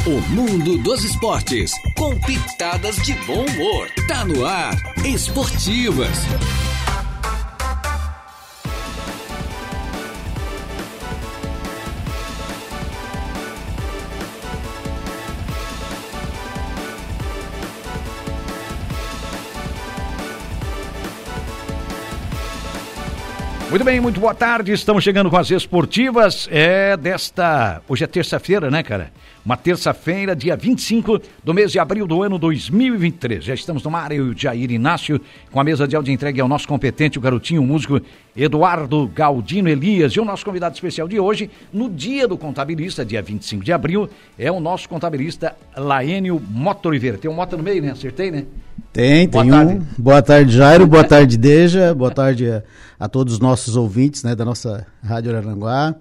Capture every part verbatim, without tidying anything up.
O mundo dos esportes, com pitadas de bom humor. Tá no ar, Esportivas. Muito bem, muito boa tarde, estamos chegando com as esportivas, é desta, hoje é terça-feira, né, cara? Uma terça-feira, dia vinte e cinco do mês de abril do ano dois mil e vinte e três. Já estamos no ar, eu e o Jair Inácio, com a mesa de áudio entregue ao nosso competente, o garotinho, o músico Eduardo Galdino Elias. E o nosso convidado especial de hoje, no dia do contabilista, dia vinte e cinco de abril, é o nosso contabilista Laênio Mota Oliveira. Tem um Mota no meio, né? Acertei, né? Tem, boa tem tarde. um. Boa tarde, Jairo. Boa tarde, Deja. Boa tarde a, a todos os nossos ouvintes, né, da nossa Rádio Araranguá.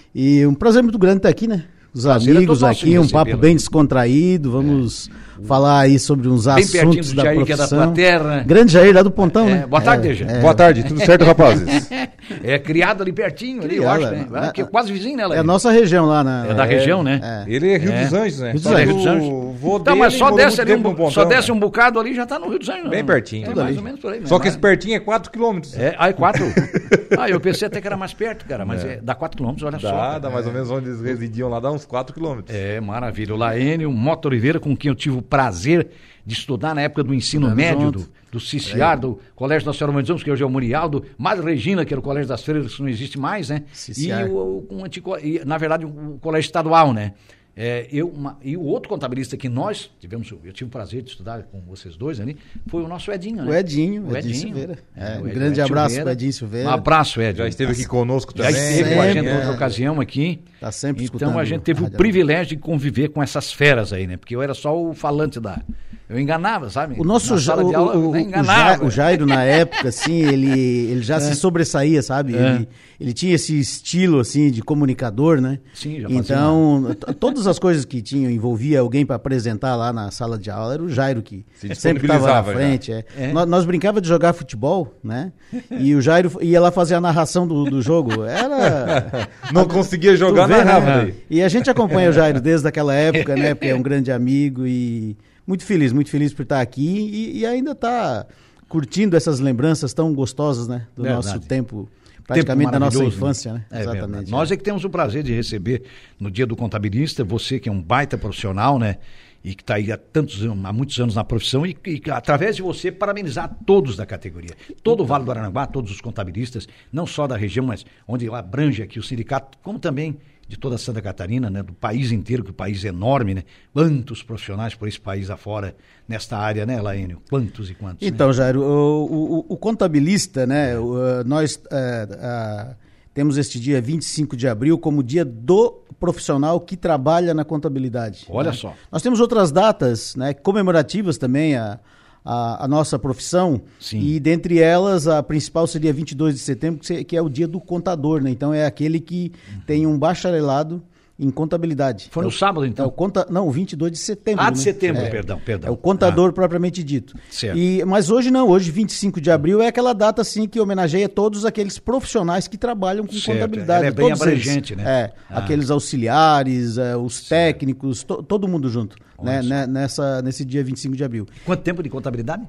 E um prazer muito grande estar aqui, né? Os prazer amigos aqui, um papo bem descontraído. Vamos é. falar aí sobre uns bem assuntos da Jair, profissão. Que é da tua terra. Grande Jair, lá do Pontão, é. né? Boa tarde, Deja. É, é. Boa tarde, tudo certo, rapazes? É criado ali pertinho, ali, eu acho, né? É, é, quase vizinho, né, Laíra? É a nossa região lá, né? É da região, né? É. Ele é Rio é. dos Anjos, né? Rio dos Anjos. Rio dos Anjos. Vou tá, mas só desce ali um, Pontão, só desce né? um bocado ali, já tá no Rio dos Anjos. Bem não. pertinho. É, mais ou menos por aí. Só que esse pertinho é quatro quilômetros. É, aí quatro? Ah, eu pensei até que era mais perto, cara, mas é. É, dá quatro quilômetros, olha dá, só. Dá, dá mais ou menos onde eles residiam lá, dá uns quatro quilômetros. É, maravilha. O Laênio Mota Oliveira, com quem eu tive o prazer de estudar na época do ensino é, médio, do, do CICIAR, do Colégio da Senhora Mãe dos Anjos, que hoje é o Murialdo, Madre Regina, que era o Colégio das Freiras, que não existe mais, né? CICIAR. E, o, o, antigo, e, na verdade, o Colégio Estadual, né? É, eu, uma, e o outro contabilista que nós tivemos, eu tive o prazer de estudar com vocês dois ali, foi o nosso Edinho, né? O Edinho, o Edinho, Edinho Silveira. É, um grande Ed abraço Silveira. para Edinho Silveira. Um abraço, Edinho. Já esteve aqui conosco Já também. Já esteve com a gente em outra ocasião aqui. Tá sempre escutando. Então a gente teve o privilégio de conviver com essas feras aí, né? Porque eu era só o falante da... Eu enganava, sabe? O nosso ja, o, aula, o, enganava. O Jairo, na época, assim, ele, ele já é. se sobressaía, sabe? É. Ele, ele tinha esse estilo, assim, de comunicador, né? Sim, já Então, t- todas as coisas que tinham, envolvia alguém para apresentar lá na sala de aula, era o Jairo que sempre estava na frente. É. É. Nós, nós brincávamos de jogar futebol, né? E o Jairo ia lá fazer a narração do, do jogo. Era... Não conseguia jogar, vê, narrava. Né? E a gente acompanha o Jairo desde aquela época, né? Porque é um grande amigo e... Muito feliz, muito feliz por estar aqui e, e ainda estar curtindo essas lembranças tão gostosas, né? Do verdade. Nosso tempo, praticamente tempo da nossa infância, né? É Exatamente. Verdade. Nós é que temos o prazer de receber no dia do contabilista, você que é um baita profissional, né? E que está aí há, tantos, há muitos anos na profissão e, e através de você parabenizar todos da categoria. Todo o Vale do Araranguá, todos os contabilistas, não só da região, mas onde abrange aqui o sindicato, como também de toda Santa Catarina, né, do país inteiro, que o país é enorme, né? Quantos profissionais por esse país afora nesta área, né, Laênio? Quantos e quantos? Então, né? Jairo, o, o, o contabilista, né, o, nós uh, uh, temos este dia vinte e cinco de abril como dia do profissional que trabalha na contabilidade. Olha né? só. Nós temos outras datas, né, comemorativas também a A, a nossa profissão. Sim. E dentre elas a principal seria vinte e dois de setembro, que é o dia do contador, né? Então é aquele que uhum. tem um bacharelado em contabilidade. Foi no é o, sábado, então? É o conta, não, vinte e dois de setembro. Ah, de né? setembro, é, perdão, perdão. É o contador ah. propriamente dito. Certo. E, mas hoje não, hoje vinte e cinco de abril é aquela data assim que homenageia todos aqueles profissionais que trabalham com certo. contabilidade. Ela é bem todos abrangente, eles, né? É, ah. aqueles auxiliares, é, os certo. técnicos, to, todo mundo junto, né, né, nessa, nesse dia vinte e cinco de abril. Quanto tempo de contabilidade?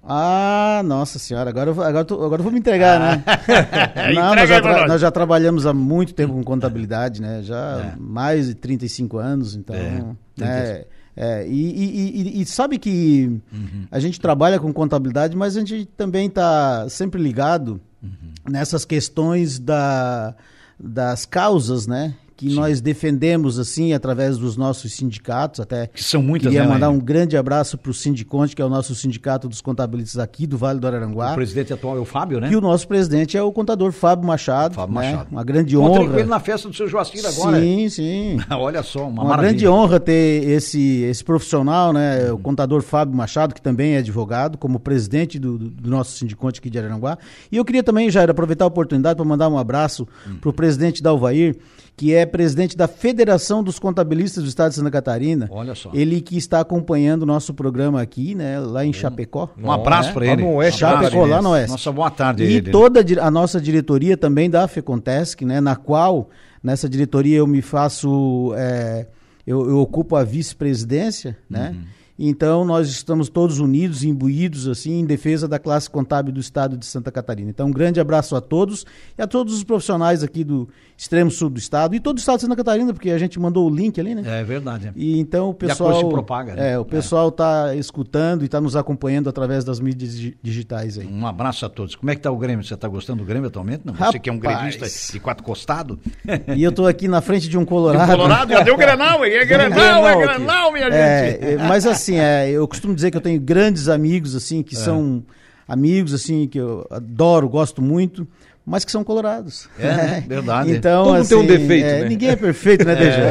Ah, nossa senhora, agora eu, agora, tô, agora eu vou me entregar, ah. né? Não, nós já, tra- nós já trabalhamos há muito tempo com contabilidade, né? Já é. mais de trinta e cinco anos, então... É, né? é, e, e, e, e sabe que uhum. a gente trabalha com contabilidade, mas a gente também está sempre ligado uhum. nessas questões da, das causas, né? Que Sim. nós defendemos, assim, através dos nossos sindicatos, até... Que são muitas, Queria né, mandar Laíra? um grande abraço para o Sindiconte, que é o nosso sindicato dos contabilistas aqui do Vale do Araranguá. O presidente atual é o Fábio, né? E o nosso presidente é o contador Fábio Machado. Fábio né? Machado. Uma grande Encontrei honra. com ele na festa do seu Joacir agora. Sim, sim. Olha só, uma, uma maravilha. grande honra ter esse, esse profissional, né? Hum. O contador Fábio Machado, que também é advogado, como presidente do, do, do nosso Sindiconte aqui de Araranguá. E eu queria também, Jair, aproveitar a oportunidade para mandar um abraço hum. para o presidente Dalvair, que é presidente da Federação dos Contabilistas do Estado de Santa Catarina. Olha só. Ele que está acompanhando o nosso programa aqui, né, lá em Chapecó. Um abraço é? para ele. Lá no Oeste, Chapecó, lá no Oeste. Nossa, boa tarde. E ele. toda a nossa diretoria também da FECONTESC, né, na qual, nessa diretoria eu me faço... É, eu, eu ocupo a vice-presidência, né? Uhum. Então, nós estamos todos unidos, imbuídos, assim, em defesa da classe contábil do estado de Santa Catarina. Então, um grande abraço a todos e a todos os profissionais aqui do extremo sul do estado e todo o estado de Santa Catarina, porque a gente mandou o link ali, né? É verdade. E então o pessoal... se propaga, né? É, o pessoal está é. escutando e está nos acompanhando através das mídias digitais aí. Um abraço a todos. Como é que está o Grêmio? Você está gostando do Grêmio atualmente? Não? Você Rapaz. que é um gremista de quatro costados? E eu estou aqui na frente de um Colorado. De um Colorado? Já deu Grenal, hein? É Grenal, é Grenal, minha gente! É, mas assim, é, eu costumo dizer que eu tenho grandes amigos, assim, que é. são amigos, assim, que eu adoro, gosto muito, mas que são colorados. É, verdade. Então, todo mundo assim, tem um defeito, é, né? Ninguém é perfeito, né, D G?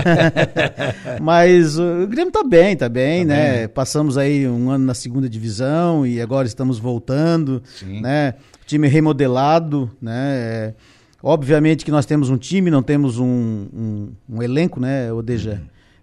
É. Mas o Grêmio tá bem, tá bem, tá né? Bem. Passamos aí um ano na segunda divisão e agora estamos voltando, Sim. né? Time remodelado, né? É, obviamente que nós temos um time, não temos um, um, um elenco, né, o D G? Uhum.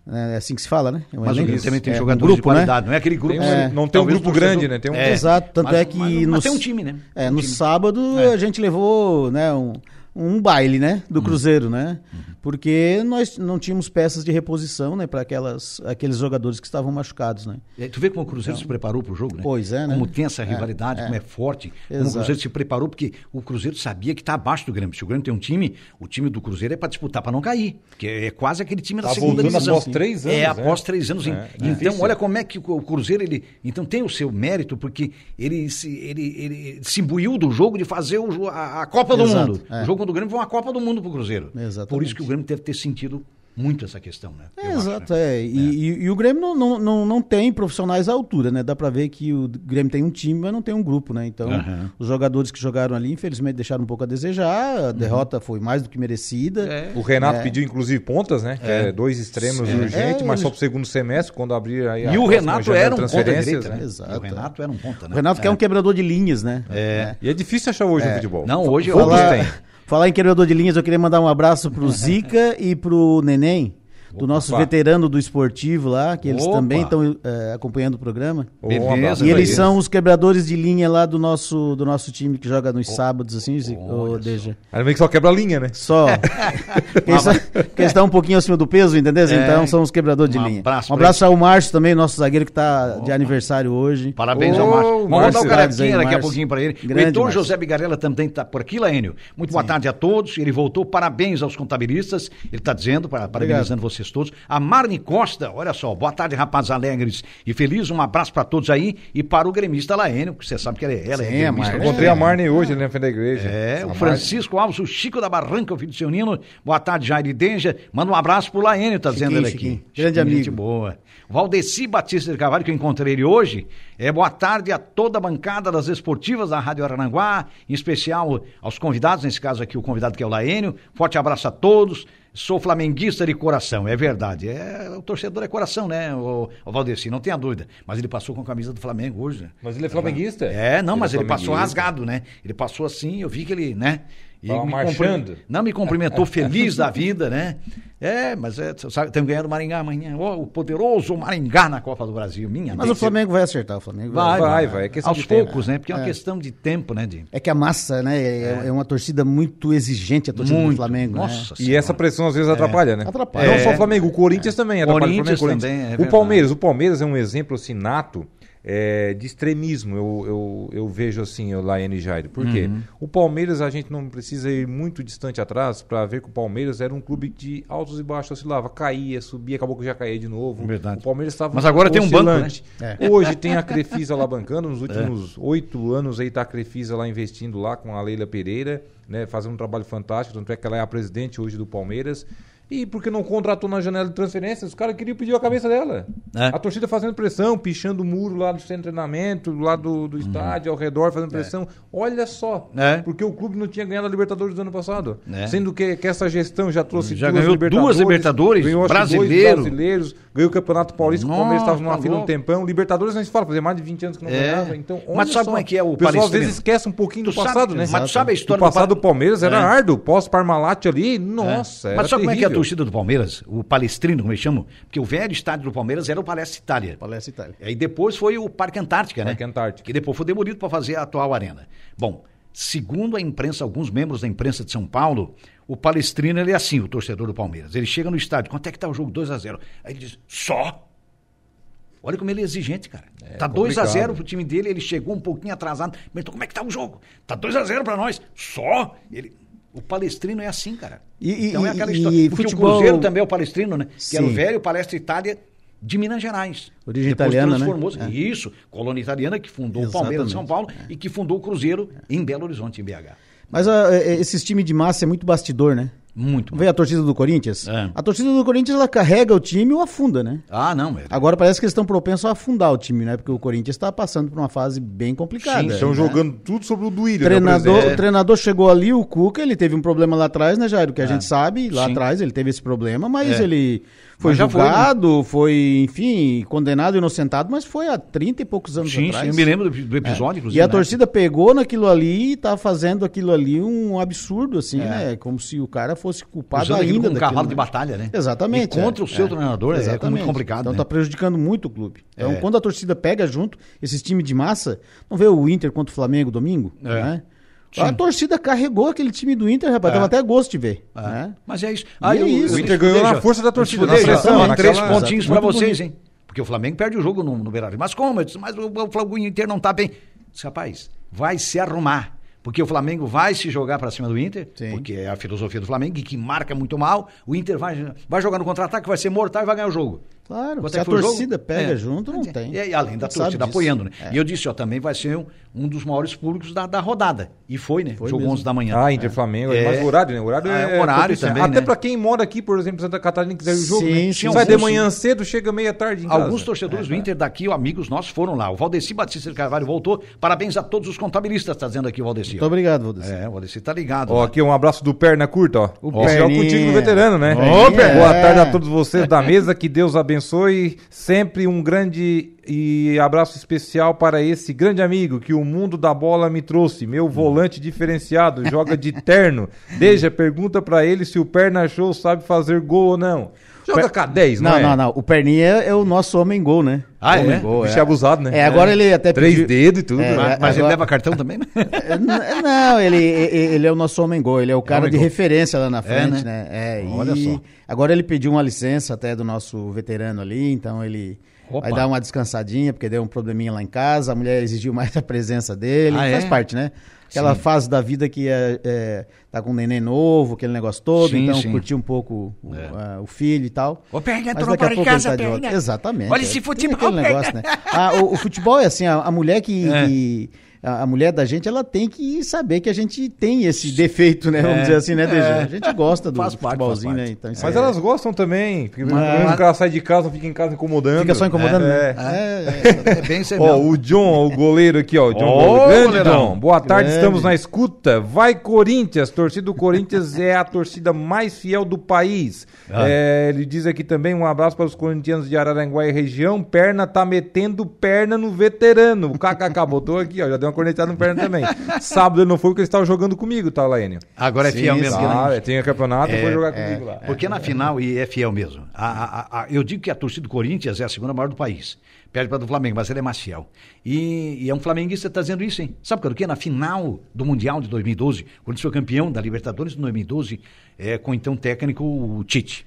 É assim que se fala, né? É um mas elenco, o também tem é, jogadores um grupo, de qualidade, né? não é aquele grupo. Tem um, é, não tem um grupo grande, né? Tem um... É, exato, tanto mas, é que... Mas, no, mas tem um time, né? É, um no time. sábado é. a gente levou, né, um, um baile, né, do uhum. Cruzeiro, né? Uhum. Porque nós não tínhamos peças de reposição, né, para aquelas aqueles jogadores que estavam machucados, né? E tu vê como o Cruzeiro então, se preparou para o jogo, né? Pois é, né? Como tem essa rivalidade, é, como é. é forte, Exato. como o Cruzeiro se preparou, porque o Cruzeiro sabia que está abaixo do Grêmio. Se o Grêmio tem um time, o time do Cruzeiro é para disputar, para não cair, porque é quase aquele time da tá segunda divisão. após três anos, É, após é. três anos. É, então, difícil. olha como é que o Cruzeiro, ele, então tem o seu mérito, porque ele se, ele, ele se imbuiu do jogo de fazer o, a, a Copa do Exato, Mundo. é. O jogo do Grêmio foi uma Copa do Mundo para o Cruzeiro. Exatamente. Por isso que o Grêmio deve ter sentido muito essa questão, né? É, exato, acho, né? é. E, é. E, e o Grêmio não, não, não, não tem profissionais à altura, né? Dá pra ver que o Grêmio tem um time, mas não tem um grupo, né? Então, uhum. os jogadores que jogaram ali, infelizmente, deixaram um pouco a desejar. A derrota uhum. foi mais do que merecida. É. O Renato é. pediu, inclusive, pontas, né? É. É, dois extremos é. urgentes, é, mas eles... só pro segundo semestre, quando abrir aí a E o Renato era um ponta direita, né? né? Exato. O Renato era um ponta, né? O Renato que é um quebrador de linhas, né? É. E é difícil achar hoje no futebol. Não, hoje falar, tem. Falar em quebrador de linhas, eu queria mandar um abraço pro Zica e pro Neném, do Opa. nosso veterano do esportivo lá, que eles Opa. também estão é, acompanhando o programa. Beleza, e eles são os quebradores de linha lá do nosso, do nosso time que joga nos oh. sábados, assim, o oh, Deja. Ainda bem que só quebra a linha, né? Só. Porque eles, porque eles estão um pouquinho acima do peso, entendeu? É. Então são os quebradores de um linha. Abraço um abraço ao Márcio também, nosso zagueiro que está de aniversário hoje. Parabéns oh, ao Márcio. Vamos mandar o carequinha daqui a pouquinho para ele. Grande o Heitor Márcio. José Bigarella também está por aqui, Laênio. Muito boa Sim. tarde a todos. Ele voltou. Parabéns aos contabilistas. Ele está dizendo, parabenizando vocês todos. A Marne Costa, olha só, boa tarde, rapazes alegres e felizes, um abraço para todos aí e para o gremista Laênio, que você sabe que ela, ela Sim, é gremista. Eu encontrei a Marne hoje ali na frente da igreja. É, a o Francisco Marne. Alves, o Chico da Barranca, o filho do seu Nino, boa tarde, Jair Denja, manda um abraço pro Laênio, tá dizendo ele aqui. Chiquinho. Grande amigo. Gente boa. Valdeci Batista de Carvalho, que eu encontrei ele hoje, é boa tarde a toda a bancada das esportivas da Rádio Araranguá, em especial aos convidados, nesse caso aqui o convidado que é o Laênio, forte abraço a todos. Sou flamenguista de coração, é verdade. É, o torcedor é coração, né, o, o Valdeci, não tenha dúvida. Mas ele passou com a camisa do Flamengo hoje, né? Mas ele é flamenguista? É, não, ele mas é ele passou rasgado, né? Ele passou assim, eu vi que ele, né? E me marchando. Cumpri... Não, me cumprimentou feliz da vida, né? É, mas é, sabe, estamos ganhando o Maringá amanhã. Oh, o poderoso Maringá na Copa do Brasil. Minha mas o Flamengo vai acertar, o Flamengo vai. Vai, vai. vai. É questão aos de poucos, tempo. né? Porque é uma é. questão de tempo, né? De... É que a massa, né? É, é. é uma torcida muito exigente, a torcida muito. do Flamengo. Nossa né? E essa pressão às vezes atrapalha, né? Atrapalha. Não É. só o Flamengo, o Corinthians é. também atrapalha. Corinthians o Flamengo, também, Corinthians. é o Palmeiras, o Palmeiras é um exemplo assim nato. É, de extremismo, eu, eu, eu vejo assim, o Laênio e Jair. Por quê? Uhum. O Palmeiras, a gente não precisa ir muito distante atrás para ver que o Palmeiras era um clube de altos e baixos, oscilava, caía, subia, acabou que já caía de novo. Verdade. O Palmeiras estava Mas agora tem um banco, né? É. Hoje tem a Crefisa lá bancando, nos últimos oito é. anos aí está a Crefisa lá investindo lá com a Leila Pereira, né, fazendo um trabalho fantástico, tanto é que ela é a presidente hoje do Palmeiras. E porque não contratou na janela de transferências, os caras queriam pedir a cabeça dela. É. A torcida fazendo pressão, pichando o muro lá do centro de treinamento, lá do, do estádio, uhum. ao redor, fazendo pressão. É. Olha só, é. porque o clube não tinha ganhado a Libertadores do ano passado. É. Sendo que, que essa gestão já trouxe já duas ganhou Libertadores. Duas Libertadores, ganhou brasileiro. dois brasileiros, ganhou o Campeonato Paulista, Nossa, o Palmeiras estava numa tá fila um louco. tempão. Libertadores a gente fala, fazia mais de vinte anos que não é. ganhava. Então, mas sabe só. como é que é o pessoal Palestrino? às vezes esquece um pouquinho tu do sabe, passado, né? Mas tu sabe a história o passado do, do Palmeiras era é. árduo, pós-Parmalat ali, nossa, é. era Mas sabe terrível. como é que é a torcida do Palmeiras? O Palestrino, como eles chamam? Porque o velho estádio do Palmeiras era o Palestra Itália. Palestra Itália. Aí depois foi o Parque Antártica, né? Parque Antártica. Que depois foi demolido para fazer a atual arena. Bom, segundo a imprensa, alguns membros da imprensa de São Paulo, o Palestrino, ele é assim, o torcedor do Palmeiras. Ele chega no estádio, quanto é que tá o jogo? dois a zero. Aí ele diz, só? Olha como ele é exigente, cara. É, tá dois a zero pro time dele, ele chegou um pouquinho atrasado. Mas então como é que tá o jogo? Tá dois a zero pra nós. Só? Ele... O Palestrino é assim, cara. E, então e, é aquela e, história. E Porque futebol... o Cruzeiro também é o Palestrino, né? Que Sim. era o velho Palestra Itália de Minas Gerais. Origem Depois italiana, transformou-se. né? Isso, colônia italiana que fundou Exatamente. o Palmeiras de São Paulo é. e que fundou o Cruzeiro é. em Belo Horizonte, em B H. Mas uh, esses times de massa é muito bastidor, né? Muito. Vê a torcida do Corinthians? É. A torcida do Corinthians, ela carrega o time ou afunda, né? Ah, não. É. Agora parece que eles estão propensos a afundar o time, né? Porque o Corinthians está passando por uma fase bem complicada. Sim, estão né? jogando tudo sobre o Duílio. Treinador, né, o treinador chegou ali, o Cuca, ele teve um problema lá atrás, né, Jairo? Que a É. gente sabe, lá Sim. atrás ele teve esse problema, mas É. ele foi Mas já julgado, foi, né? foi, enfim, condenado, inocentado, mas foi há trinta e poucos anos Sim, atrás. sim, eu me lembro do, do episódio, É. inclusive. E a né? torcida pegou naquilo ali e tá fazendo aquilo ali um absurdo, assim, É. né? Como se o cara fosse culpado Usando aquilo ainda como um daquilo, cavalo né? de batalha, né? Exatamente. E contra é, o seu é. treinador é Exatamente. muito complicado, Então né? tá prejudicando muito o clube. Então, É. quando a torcida pega junto esses times de massa, não vê o Inter contra o Flamengo domingo? É. Né? Sim. A torcida carregou aquele time do Inter, rapaz. É. Dava até gosto de ver. É. Né? Mas é isso. E é eu- isso. eu- O Inter ganhou Veja, na força da torcida, eu disse, na veja, pressão, ó, naquela- três pontinhos Exato. pra Muito vocês, bonito. hein? Porque o Flamengo perde o jogo no, no Beira-Rio. Mas como? Eu disse, mas o, o Flamengo Inter não tá bem. Eu disse, rapaz, vai se arrumar. Porque o Flamengo vai se jogar pra cima do Inter, Sim. porque é a filosofia do Flamengo, e que marca muito mal. O Inter vai, vai jogar no contra-ataque, vai ser mortal e vai ganhar o jogo. Claro, Quanto se é a que foi o torcida jogo? pega É. junto, não tem. E, e além da Sabe torcida disso. apoiando, né? É. E eu disse, ó, também vai ser um, um dos maiores públicos da, da rodada. E foi, né? Foi Jogo mesmo. onze da manhã. Ah, Inter Flamengo. É. Mas o horário, né? O horário Ah, é, é horário propício. também, Até né? pra quem mora aqui, por exemplo, em Santa Catarina, quiser ir o jogo, Sim, né? sim, Sai sim. de manhã cedo, chega meia-tarde em casa. Alguns torcedores do Inter daqui, amigos nossos, foram lá. O Valdeci Batista de Carvalho voltou. Parabéns a todos os contabilistas, tá dizendo aqui o Valdeci. Muito obrigado, Valdeci. É, o Valdeci tá ligado. Ó, né? aqui um abraço do Perna Curta, ó. O Esse é o Perninha. contigo no veterano, né? Ô, Perninha. Boa tarde a todos vocês da mesa, que Deus abençoe. Sempre um grande e abraço especial para esse grande amigo que o mundo da bola me trouxe. Meu volante diferenciado, joga de terno. Deixa, pergunta pra ele se o Perna Show sabe fazer gol ou não. Joga K dez, não, Não, é? não, não. O Perninha é o nosso homem gol, né? Ah, homem é? gol, Bicho é abusado, né? É, agora ele até Três pediu- dedos e tudo. É, né? Mas, mas ele agora- leva cartão também, né? É, n- Não, ele, ele é o nosso homem gol, ele é o cara homem de gol. referência lá na frente, né? né? É, Olha e só. agora ele pediu uma licença até do nosso veterano ali, então ele Opa. vai dar uma descansadinha, porque deu um probleminha lá em casa, a mulher exigiu mais a presença dele, Ah, faz é? parte, né? Aquela Sim. fase da vida que é, é, tá com um neném novo, aquele negócio todo, Sim, então sim. curtir um pouco o, É. ah, o filho e tal. Ô, Perninha, Mas tu não daqui a para em pouco ele casa, tá de volta. Perninha. Exatamente. Olha é. esse Tem futebol, aquele negócio, né? Ah, o, o futebol é assim, a, a mulher que... É. que- a, a mulher da gente, ela tem que saber que a gente tem esse defeito, né? Vamos É. dizer assim, né, D G? É. A gente gosta do Faz parte, futebolzinho, faz parte. né? Então, isso Mas é- elas gostam também. Porque pelo Mas- menos o cara sai de casa, não fica em casa incomodando. fica só incomodando, É. né? É, é. É bem isso aí Ó, mesmo. o John, o goleiro aqui, ó. O John, Ô, Goleiro. Grande goleirão. John. Boa tarde, Grande. estamos na escuta. Vai Corinthians, torcida do Corinthians é a torcida mais fiel do país. Ah. É, ele diz aqui também um abraço para os corintianos de Araranguá e região. Perna tá metendo perna no veterano. O K K K botou aqui, ó. Já deu uma cornetada no perna também. Sábado ele não foi porque ele estava jogando comigo, tá, Laênio? Agora é Sim, fiel mesmo. sim. né? Ah, tinha campeonato e É, foi jogar é, comigo lá. Porque na final, e é fiel mesmo. A, a- a- eu digo que a torcida do Corinthians é a segunda maior do país. Perde para do Flamengo, mas ele é mais fiel. E, e é um flamenguista que está dizendo isso, hein? Sabe por quê? Na final do Mundial de dois mil e doze, quando foi campeão da Libertadores de dois mil e doze, é, com então técnico o Tite.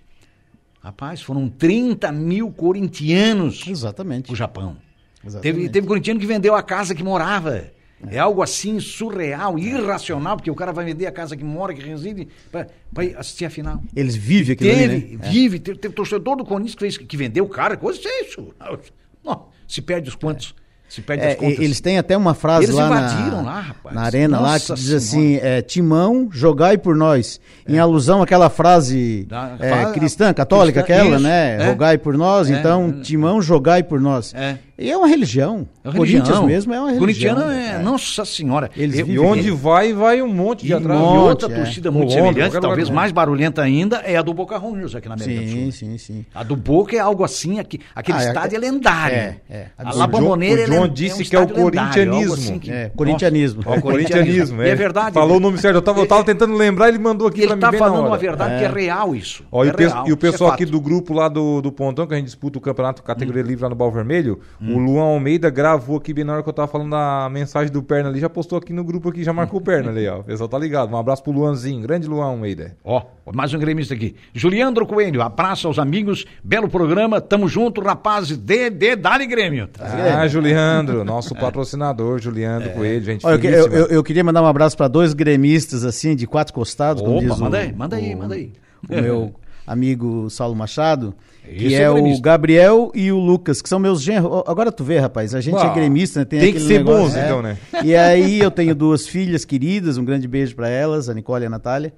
Rapaz, foram trinta mil corintianos Exatamente. pro Japão. Exatamente. Teve, teve corintiano que vendeu a casa que morava. É algo assim surreal, irracional, porque o cara vai vender a casa que mora, que reside, para assistir a final. Eles vivem aquilo Teve, ali, né? vive, teve, teve torcedor do Corinthians que, fez, que vendeu o cara, coisa é isso. Não, se perde os quantos, se perde É, as contas. eles têm até uma frase Eles lá invadiram na, lá, rapaz. na arena lá Nossa que diz Senhora. assim, é, Timão, jogai por nós. Em alusão àquela frase Da- é, fala- cristã, católica, cristã, aquela, isso, né? é. Rogai por nós, É. então, Timão, jogai por nós. É. E é uma religião. É uma Corinthians religião. mesmo é uma religião. Corintiano é, nossa senhora. Eles Eu- E vivem- onde vai, vai um monte de E, atrás. e monte, outra é. torcida muito Colômbia, semelhante, qualquer talvez lugar do mais barulhenta ainda, é a do Boca Juniors aqui na América do Sul. Sim, sim, sim. A do Boca é algo assim, aqui, aquele Ah, é- estádio é lendário. é, é. A O La John- Bombonera o John é, disse um que é o estádio lendário, corintianismo. algo assim que- É, corintianismo. Nossa, É o corintianismo, E é. é verdade. Falou o nome certo. Eu tava, eu tava tentando lembrar, ele mandou aqui E ele pra mim tá bem na falando hora. uma verdade que é real isso. Ó, e, é o pe- real, e o isso é pessoal fato. aqui do grupo lá do, do Pontão, que a gente disputa o campeonato categoria livre lá no Bal Vermelho, Hum. O Luan Almeida gravou aqui bem na hora que eu tava falando da mensagem do Perna ali, já postou aqui no grupo aqui, já marcou o Perna ali, ó. O pessoal tá ligado. Um abraço pro Luanzinho, grande Luan Almeida. Ó, mais um gremista aqui. Juliandro Coelho, abraço aos amigos, belo programa, tamo junto, rapazes, de, de, dá-lhe Grêmio. Ah, Juliandro, nosso patrocinador, Juliandro é. Coelho, gente. Olha, eu, eu, eu queria mandar um abraço pra dois gremistas, assim, de quatro costados, como Opa, diz manda o, aí, manda aí, o, manda aí. O meu amigo Saulo Machado, que Esse é, é o gremista. Gabriel e o Lucas, que são meus genros. Agora tu vê, rapaz, a gente Uau, é gremista, né? Tem, tem que ser negócio, bons, é. então, né? E aí eu tenho duas filhas queridas, um grande beijo pra elas, a Nicole e a Natália.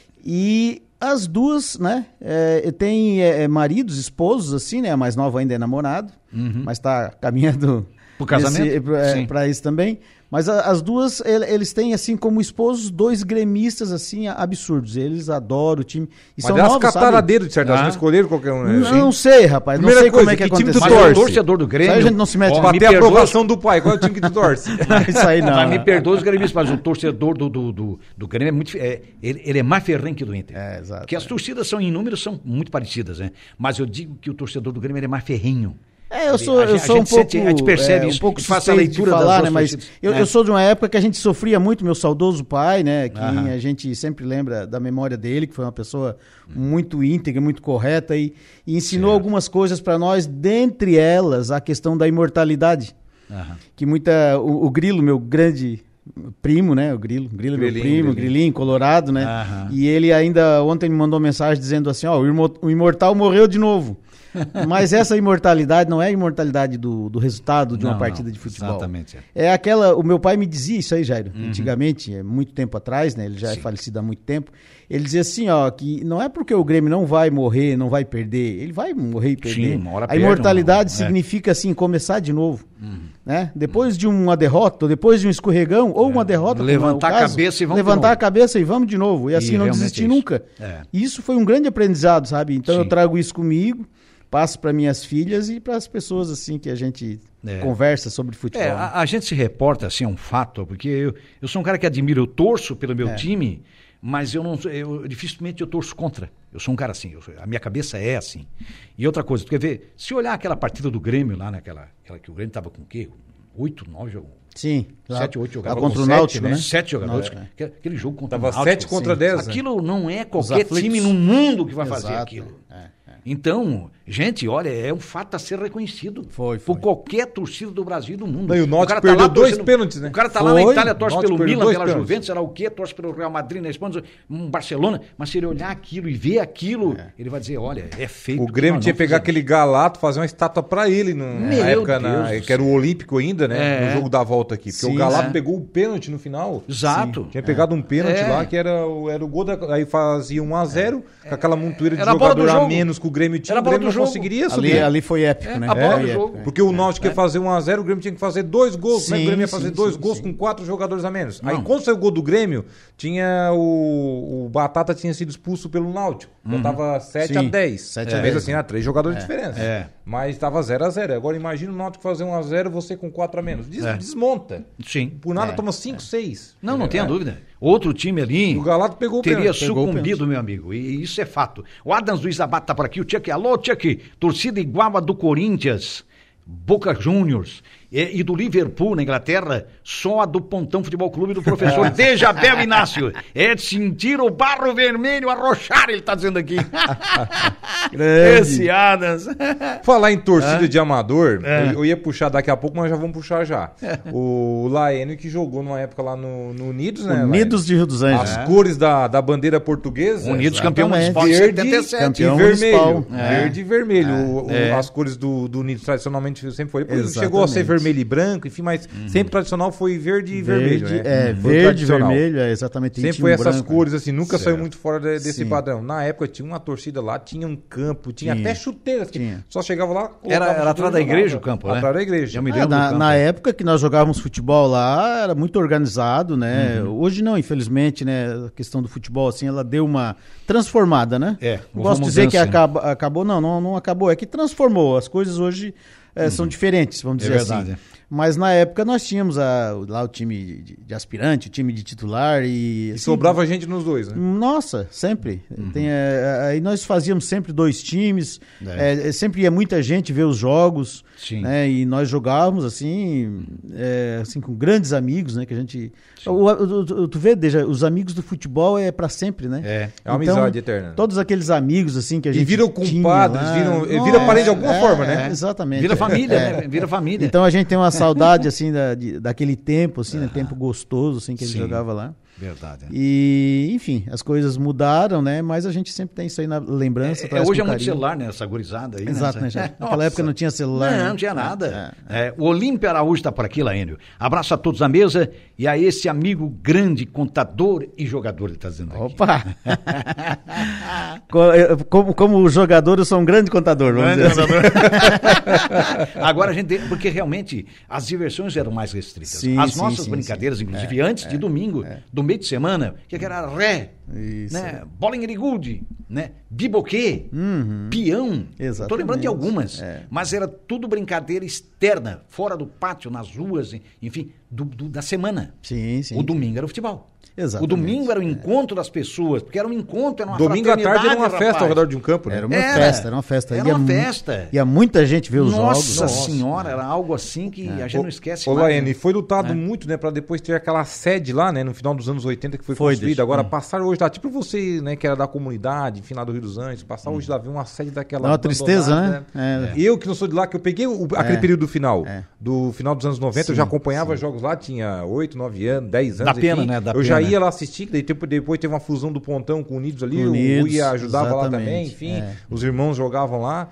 E as duas, né, é, tem é, maridos, esposos, assim, né? A mais nova ainda é namorado, Uhum. mas tá caminhando Pro casamento? esse, é, Sim. pra isso também. Mas a, as duas, ele, eles têm, assim, como esposos, dois gremistas, assim, absurdos. Eles adoram o time. E Mas são é umas novos, sabe? cataradeiras, de certa forma, Ah. escolheram qualquer um, né? Não sei, rapaz. Não Primeira sei como coisa, é que, que time tu aconteceu. Mas o torce? torcedor do Grêmio... Isso aí a gente não se mete. Ó, Pra me ter a perdoa- aprovação do pai, qual é o time que tu torce? Isso aí não. Mas me perdoa os gremistas, mas o torcedor do, do, do, do Grêmio é muito... É, ele, ele é mais ferrenho que o do Inter. É, exato. Porque as torcidas são, em números, são muito parecidas, né? Mas eu digo que o torcedor do Grêmio ele é mais ferrenho. É, eu sou, A eu gente- sou a um gente pouco, sente- a gente percebe é, isso, um pouco a gente faz a suspeito de leitura das falar, duas né? Mas torcidas, eu, né? eu sou de uma época que a gente sofria muito, meu saudoso pai, né? Que Aham. a gente sempre lembra da memória dele, que foi uma pessoa muito íntegra, muito correta e, e ensinou Certo. algumas coisas para nós, dentre elas a questão da imortalidade, Aham. que muita o, o Grilo, meu grande primo, né? O Grilo, Grilo é meu Grilinho, primo, Grilinho. Grilinho, colorado, né? Aham. E ele ainda ontem me mandou mensagem dizendo assim, ó, o imo- o imortal morreu de novo. Mas essa imortalidade não é a imortalidade do, do resultado de uma Não, partida não, de futebol. exatamente, É aquela. O meu pai me dizia isso aí, Jairo, Uhum. antigamente, é muito tempo atrás, né? Ele já Sim. é falecido há muito tempo. Ele dizia assim, ó, que não é porque o Grêmio não vai morrer, não vai perder. Ele vai morrer e perder. uma hora a perde, imortalidade uma- é. significa assim, começar de novo. Uhum. Né? Depois de uma derrota, ou depois de um escorregão, ou uma derrota. como é o Levantar a caso, cabeça e vamos de Levantar novo. a cabeça e vamos de novo. E assim E não realmente desistir é isso. nunca. É. E isso foi um grande aprendizado, sabe? Então Sim. eu trago isso comigo, passo para minhas filhas e para as pessoas assim que a gente É. conversa sobre futebol. É, né? a, a gente se reporta, assim, é um fato, porque eu, eu sou um cara que admira, eu torço pelo meu É. time, mas eu não sou- eu dificilmente eu torço contra. Eu sou um cara assim, eu- a minha cabeça é assim. E outra coisa, tu quer ver, se olhar aquela partida do Grêmio lá, naquela aquela que o Grêmio tava com o quê? Oito, nove jogos. Sim. lá- Sete, oito lá jogadores. contra o Sete, Náutico, né? Sete jogadores. Náutico, Que- Aquele jogo contra Tava o Náutico. sete contra dez, né? Aquilo não é qualquer aflitos. time no mundo que vai fazer Exato, aquilo. é, é. Então, gente, olha, é um fato a ser reconhecido Foi, foi. por qualquer torcida do Brasil e do mundo. Não, e o Náutico cara perdeu dois torcendo- pênaltis, né? O cara tá lá na Foi. Itália, torce O Náutico pelo perdeu Milan, dois pela pênaltis. Juventus, sei lá o quê, torce pelo Real Madrid, na Espanha, um Barcelona, mas se ele olhar aquilo e ver aquilo, ele vai dizer, olha, é feito. O Grêmio tinha que pegar aquele Galato, fazer uma estátua pra ele no, Meu na época, na- Deus do que era o Olímpico ainda, né? É. No jogo da volta aqui. Porque Sim, o Galato é. pegou o pênalti no final. Exato. Tinha pegado um pênalti É. lá, que era, o- era o gol da. Aí fazia um a zero, com aquela montoeira de Era a bola do jogador a jogo. menos que o Grêmio tinha, Era a o bola Grêmio do não jogo. conseguiria Ali, subir. ali foi épico, É, né? a bola Foi do épico, jogo. é. Porque o Náutico ia fazer um a zero, o Grêmio tinha que fazer dois gols. Como é que o Sim, Grêmio ia fazer sim, dois sim, gols sim. com quatro jogadores a menos? Aí Não. quando saiu o gol do Grêmio, tinha o, o Batata tinha sido expulso pelo Náutico. Já tava sete a Sim, dez. sete a Mesmo dez, assim, ah, três jogadores de diferença. É. Mas tava zero a zero. Agora imagina o Náutico fazer um a zero, você com quatro a menos. Des- É. Desmonta. Sim. Por nada É, toma cinco, seis. Não, não É. tenha dúvida. Outro time ali O Galato pegou o teria pênalti, pegou o sucumbido, meu amigo. E isso é fato. O Adams Luiz Abate tá por aqui. O Chuck, alô, Chuck. Torcida igual a do Corinthians, Boca Juniors e, e do Liverpool na Inglaterra, só a do Pontão Futebol Clube do professor Dejabel Inácio. É de sentir o barro vermelho arrochar, ele tá dizendo aqui. Grande. Esse Adams. Falar em torcida de amador, É. eu, eu ia puxar daqui a pouco, mas já vamos puxar já. O Laênio que jogou numa época lá no, no Unidos, né? Unidos de Rio dos Laênio? Anjos. As cores da, da bandeira portuguesa. Unidos campeão Exatamente. municipal de Verde, setenta e sete. campeão e vermelho. municipal. É. Verde e vermelho. O- o- É. As cores do, do Unidos tradicionalmente sempre foi. Depois Exatamente. chegou a ser vermelho e branco, enfim, mas sempre tradicional foi verde e vermelho. Verde, Né? é, Foi verde, tradicional. vermelho, é exatamente. Sempre tinha foi um essas branco. cores, assim, nunca Certo. saiu muito fora de- desse Sim. padrão. Na época tinha uma torcida lá, tinha um campo, tinha, Tinha. até chuteiras. que Tinha. Só chegava lá. colocava Era, era chuteira atrás da e jogava. igreja o campo, né? Atrás da igreja. Eu me Ah, lembro do na, campo. na época que nós jogávamos futebol lá, era muito organizado, né? Uhum. Hoje não, infelizmente, né? A questão do futebol, assim, ela deu uma transformada, né? É, Não houve posso uma dizer que mudança, né? acaba, acabou, não, não, não acabou. É que transformou. As coisas hoje eh, são diferentes, vamos É dizer verdade, assim. é. Mas na época nós tínhamos a, lá o time de, de aspirante, o time de titular e... E assim, sobrava gente nos dois, né? Nossa, sempre. Uhum. Tem, é, aí nós fazíamos sempre dois times, é. É, sempre ia muita gente ver os jogos, né, e nós jogávamos assim, é, assim com grandes amigos, né, que a gente... O, o, o, tu vê, Deja, os amigos do futebol é para sempre, né? É, é uma então, amizade eterna. Todos aqueles amigos assim que a gente E viram compadres, viram, vira parente de alguma é, forma, né? É, exatamente. Vira família, é. né? Vira família. Então a gente tem uma saudade assim da, de, daquele tempo, assim, né? Tempo gostoso assim que a gente Sim. jogava lá. Verdade. É. E, enfim, as coisas mudaram, né? Mas a gente sempre tem isso aí na lembrança. É, hoje é muito celular, né? Essa gurizada aí. Exato, né? né? É, Naquela época não tinha celular. Não, né? não tinha nada. É, é. É, o Olímpio Araújo está por aqui, Laênio. Abraço a todos na mesa e a esse amigo grande, contador e jogador, ele está dizendo aqui. Opa! como, como jogador, eu sou um grande contador, vamos grande dizer contador. Assim. Agora a gente tem, porque realmente as diversões eram mais restritas. Sim, as sim, nossas sim, brincadeiras, sim. inclusive, é, antes é, de domingo, é. do meio de semana, que era ré, Isso. né? Bola em gude, né? Biboquê, uhum. peão. Estou lembrando de algumas, é. mas era tudo brincadeira externa, fora do pátio, nas ruas, enfim, do, do, da semana. Sim, sim. O domingo era o futebol. Exatamente. O domingo era o encontro é. das pessoas, porque era um encontro, era uma domingo à tarde era uma rapaz. festa ao redor de um campo, né? Era uma era, festa, era uma festa. Era ia uma festa. Ia muita gente ver os Nossa jogos. Nossa senhora, era algo assim que é. a gente não esquece Ô, mais. Laene, né? foi lutado é. muito, né, para depois ter aquela sede lá, né, no final dos anos oitenta que foi, foi construída. deixa. Agora, hum. passar hoje lá, tipo você, né, que era da comunidade, enfim, lá do Rio dos Anjos, passar hum. hoje lá, ver uma sede daquela... É uma tristeza, né? É. Eu que não sou de lá, que eu peguei o, aquele é. período final, é. do final dos anos noventa, sim, eu já acompanhava sim. jogos lá, tinha oito, nove anos, dez anos, da pena, enfim, né? Da eu pena. já ia lá assistir, daí depois teve uma fusão do Pontão com o Unidos ali, Unidos, o Rui ajudava exatamente. lá também, enfim, é. os irmãos jogavam lá.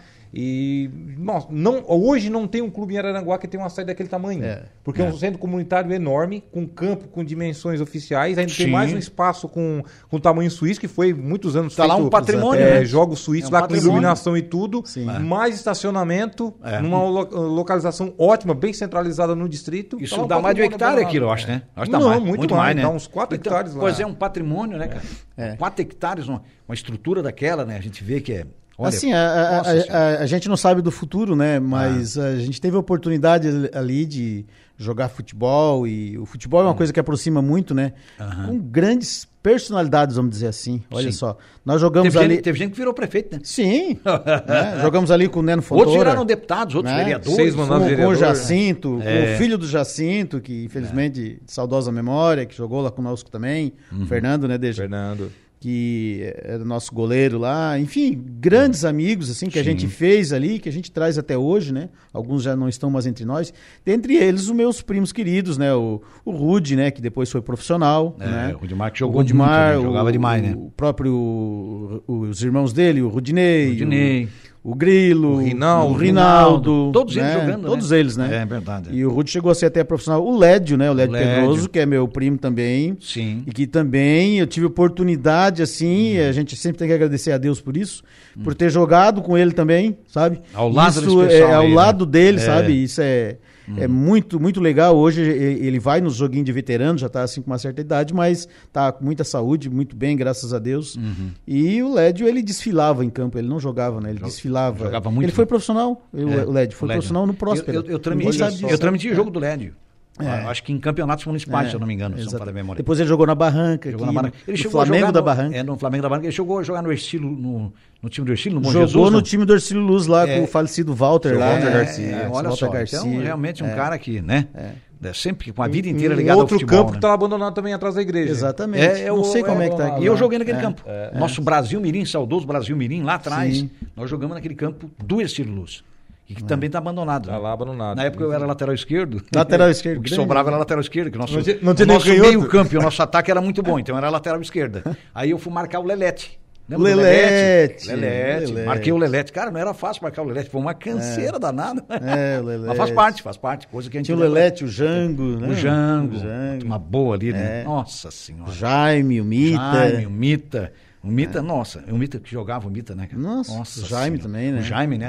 E nossa, não, hoje não tem um clube em Araranguá que tem uma sede daquele tamanho. É, porque é. é um centro comunitário enorme, com campo com dimensões oficiais, ainda Sim. tem mais um espaço com, com tamanho suíço, que foi muitos anos tá feito, lá um patrimônio, é, né? Jogos suíços, é um lá patrimônio. Com iluminação e tudo, Sim. mais estacionamento, é. numa lo, localização ótima, bem centralizada no distrito. Isso tá um dá mais de um hectare aquilo, eu acho, né? Acho que não, mais, muito, muito mais, mais, né? Dá uns quatro então, hectares lá. Pois é, um patrimônio, né, cara? É. Quatro hectares, uma, uma estrutura daquela, né? A gente vê que é... Olha, assim, a, a, a, a, a gente não sabe do futuro, né? Mas ah. a gente teve a oportunidade ali de jogar futebol, e o futebol é uma hum. coisa que aproxima muito, né? Uhum. Com grandes personalidades, vamos dizer assim. Olha Sim. só, nós jogamos teve ali... Gente, teve gente que virou prefeito, né? Sim, né? Jogamos ali com o Neno Fontoura. Outros viraram deputados, outros né? vereadores. Seis mandados com, vereador, com o Jacinto, né? com é. o filho do Jacinto, que infelizmente, é. de saudosa memória, que jogou lá conosco também. Uhum. O Fernando, né, Deja? Fernando. Que era nosso goleiro lá, enfim, grandes amigos assim que Sim. a gente fez ali, que a gente traz até hoje, né? Alguns já não estão mais entre nós. Dentre eles, os meus primos queridos, né? O, o Rude, né? Que depois foi profissional, é, né? O Rudimar que jogou o Rudimar, muito, né? Jogava o, demais, né? O próprio, o, os irmãos dele, o Rudinei, Rudinei. O, o Grilo, o Rinaldo, o Rinaldo todos né? eles jogando, todos né? eles, né? É verdade. E o Rude chegou a ser até profissional. O Lédio, né? O Lédio, Lédio Pedroso, que é meu primo também. Sim. E que também eu tive oportunidade, assim, hum. a gente sempre tem que agradecer a Deus por isso, hum. por ter jogado com ele também, sabe? Ao lado isso desse é ao aí, lado né? dele, é. sabe? Isso é É muito, muito legal. Hoje ele vai nos joguinhos de veterano, já está assim com uma certa idade, mas está com muita saúde, muito bem, graças a Deus. Uhum. E o Lédio, ele desfilava em campo, ele não jogava, né? Ele Jog... desfilava. Jogava muito. Ele foi profissional, é. o Lédio, foi o Lédio. profissional no Próspero. Eu, eu, eu transmiti, eu transmiti o jogo do Lédio. É. Acho que em campeonatos municipais, é, se eu não me engano, são para a memória. Depois ele jogou na Barranca, jogou aqui, na Barranca. Ele no chegou Flamengo a da no, Barranca. É, no Flamengo da Barranca. Ele chegou a jogar no Ercílio, no, no time do Ercílio, no Bom Jogou Jesus, no não? time do Ercílio Luz lá, é, com o falecido Walter lá. Walter é, Garcia. É, olha Walter só, Garcia. Então realmente um é. cara que, né... É. Sempre com a vida inteira um ligada ao outro futebol. Outro campo né? que tá abandonado também atrás da igreja. Exatamente. É, eu não sei como é, é que tá aqui. E eu joguei naquele é, campo. É, Nosso é. Brasil Mirim, saudoso Brasil Mirim, lá atrás, Sim. nós jogamos naquele campo do Ercílio Luz. E que é. também está abandonado. Está né? lá abandonado. Na época eu era lateral esquerdo. Lateral esquerdo. O que sobrava era lateral esquerdo. Que nosso, não tinha, não tinha o nosso meio canhoto. campo e o nosso ataque era muito bom, então era lateral esquerda. Aí eu fui marcar o Lelete. Lembra Lelete. Lelete. Lelete. Lelete. Marquei o Lelete. Cara, não era fácil marcar o Lelete. Foi uma canseira é. danada. É, o Lelete. Mas faz parte, faz parte. Coisa que a gente tinha o Lelete, o Jango, né? O Jango. O Jango. Uma boa ali, né? É. Nossa Senhora. O Jaime, o Mita. Jaime, o Mita. O Mita, é. nossa, o Mita que jogava o Mita, né? Nossa, nossa o Jaime senhora. também, né? O Jaime, né?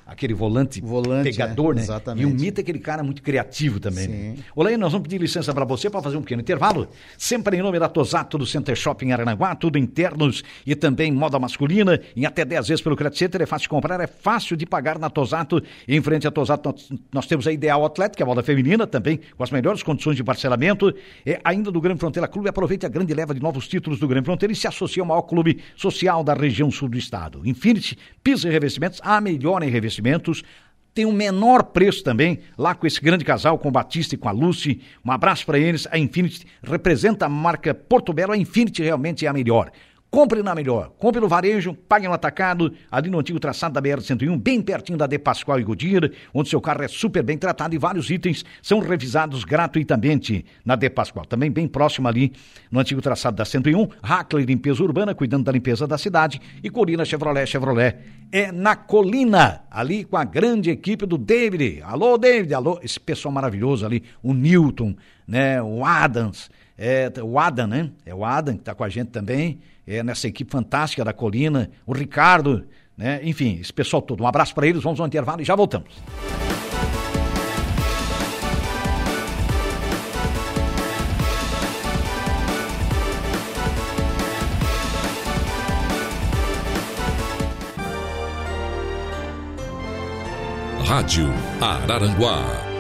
aquele volante, volante pegador, é, né? Exatamente. E o Mito é aquele cara muito criativo também. Sim. Né? Ô, Laine, nós vamos pedir licença para você para fazer um pequeno intervalo. Sempre em nome da Tosato do Center Shopping Aranaguá, tudo internos e também moda masculina, em até dez vezes pelo Credit Center. É fácil de comprar, é fácil de pagar na Tosato. Em frente à Tosato, nós, nós temos a Ideal Outlet, que é a moda feminina, também com as melhores condições de parcelamento. É ainda do Grande Fronteira Clube. Aproveite a grande leva de novos títulos do Grande Fronteira e se associe ao maior clube social da região sul do estado. Infinity, pisos e revestimentos, a melhor em revestimentos. Tem o menor preço também, lá com esse grande casal, com o Batista e com a Lucy. Um abraço para eles. A Infinity representa a marca Porto Belo. A Infinity realmente é a melhor. Compre na melhor, compre no varejo, pague no atacado, ali no antigo traçado da B R cento e um, bem pertinho da De Pascoal e Goodyear, onde seu carro é super bem tratado e vários itens são revisados gratuitamente na De Pascoal. Também bem próximo ali no antigo traçado da cento e um, Hackley Limpeza Urbana, cuidando da limpeza da cidade, e Colina Chevrolet, Chevrolet é na Colina, ali com a grande equipe do David. Alô, David, alô, esse pessoal maravilhoso ali, o Newton, né, o Adams, é, o Adam, né, é o Adam que está com a gente também, é, nessa equipe fantástica da Colina, o Ricardo, né? Enfim, esse pessoal todo. Um abraço para eles, vamos ao intervalo e já voltamos. Rádio Araranguá.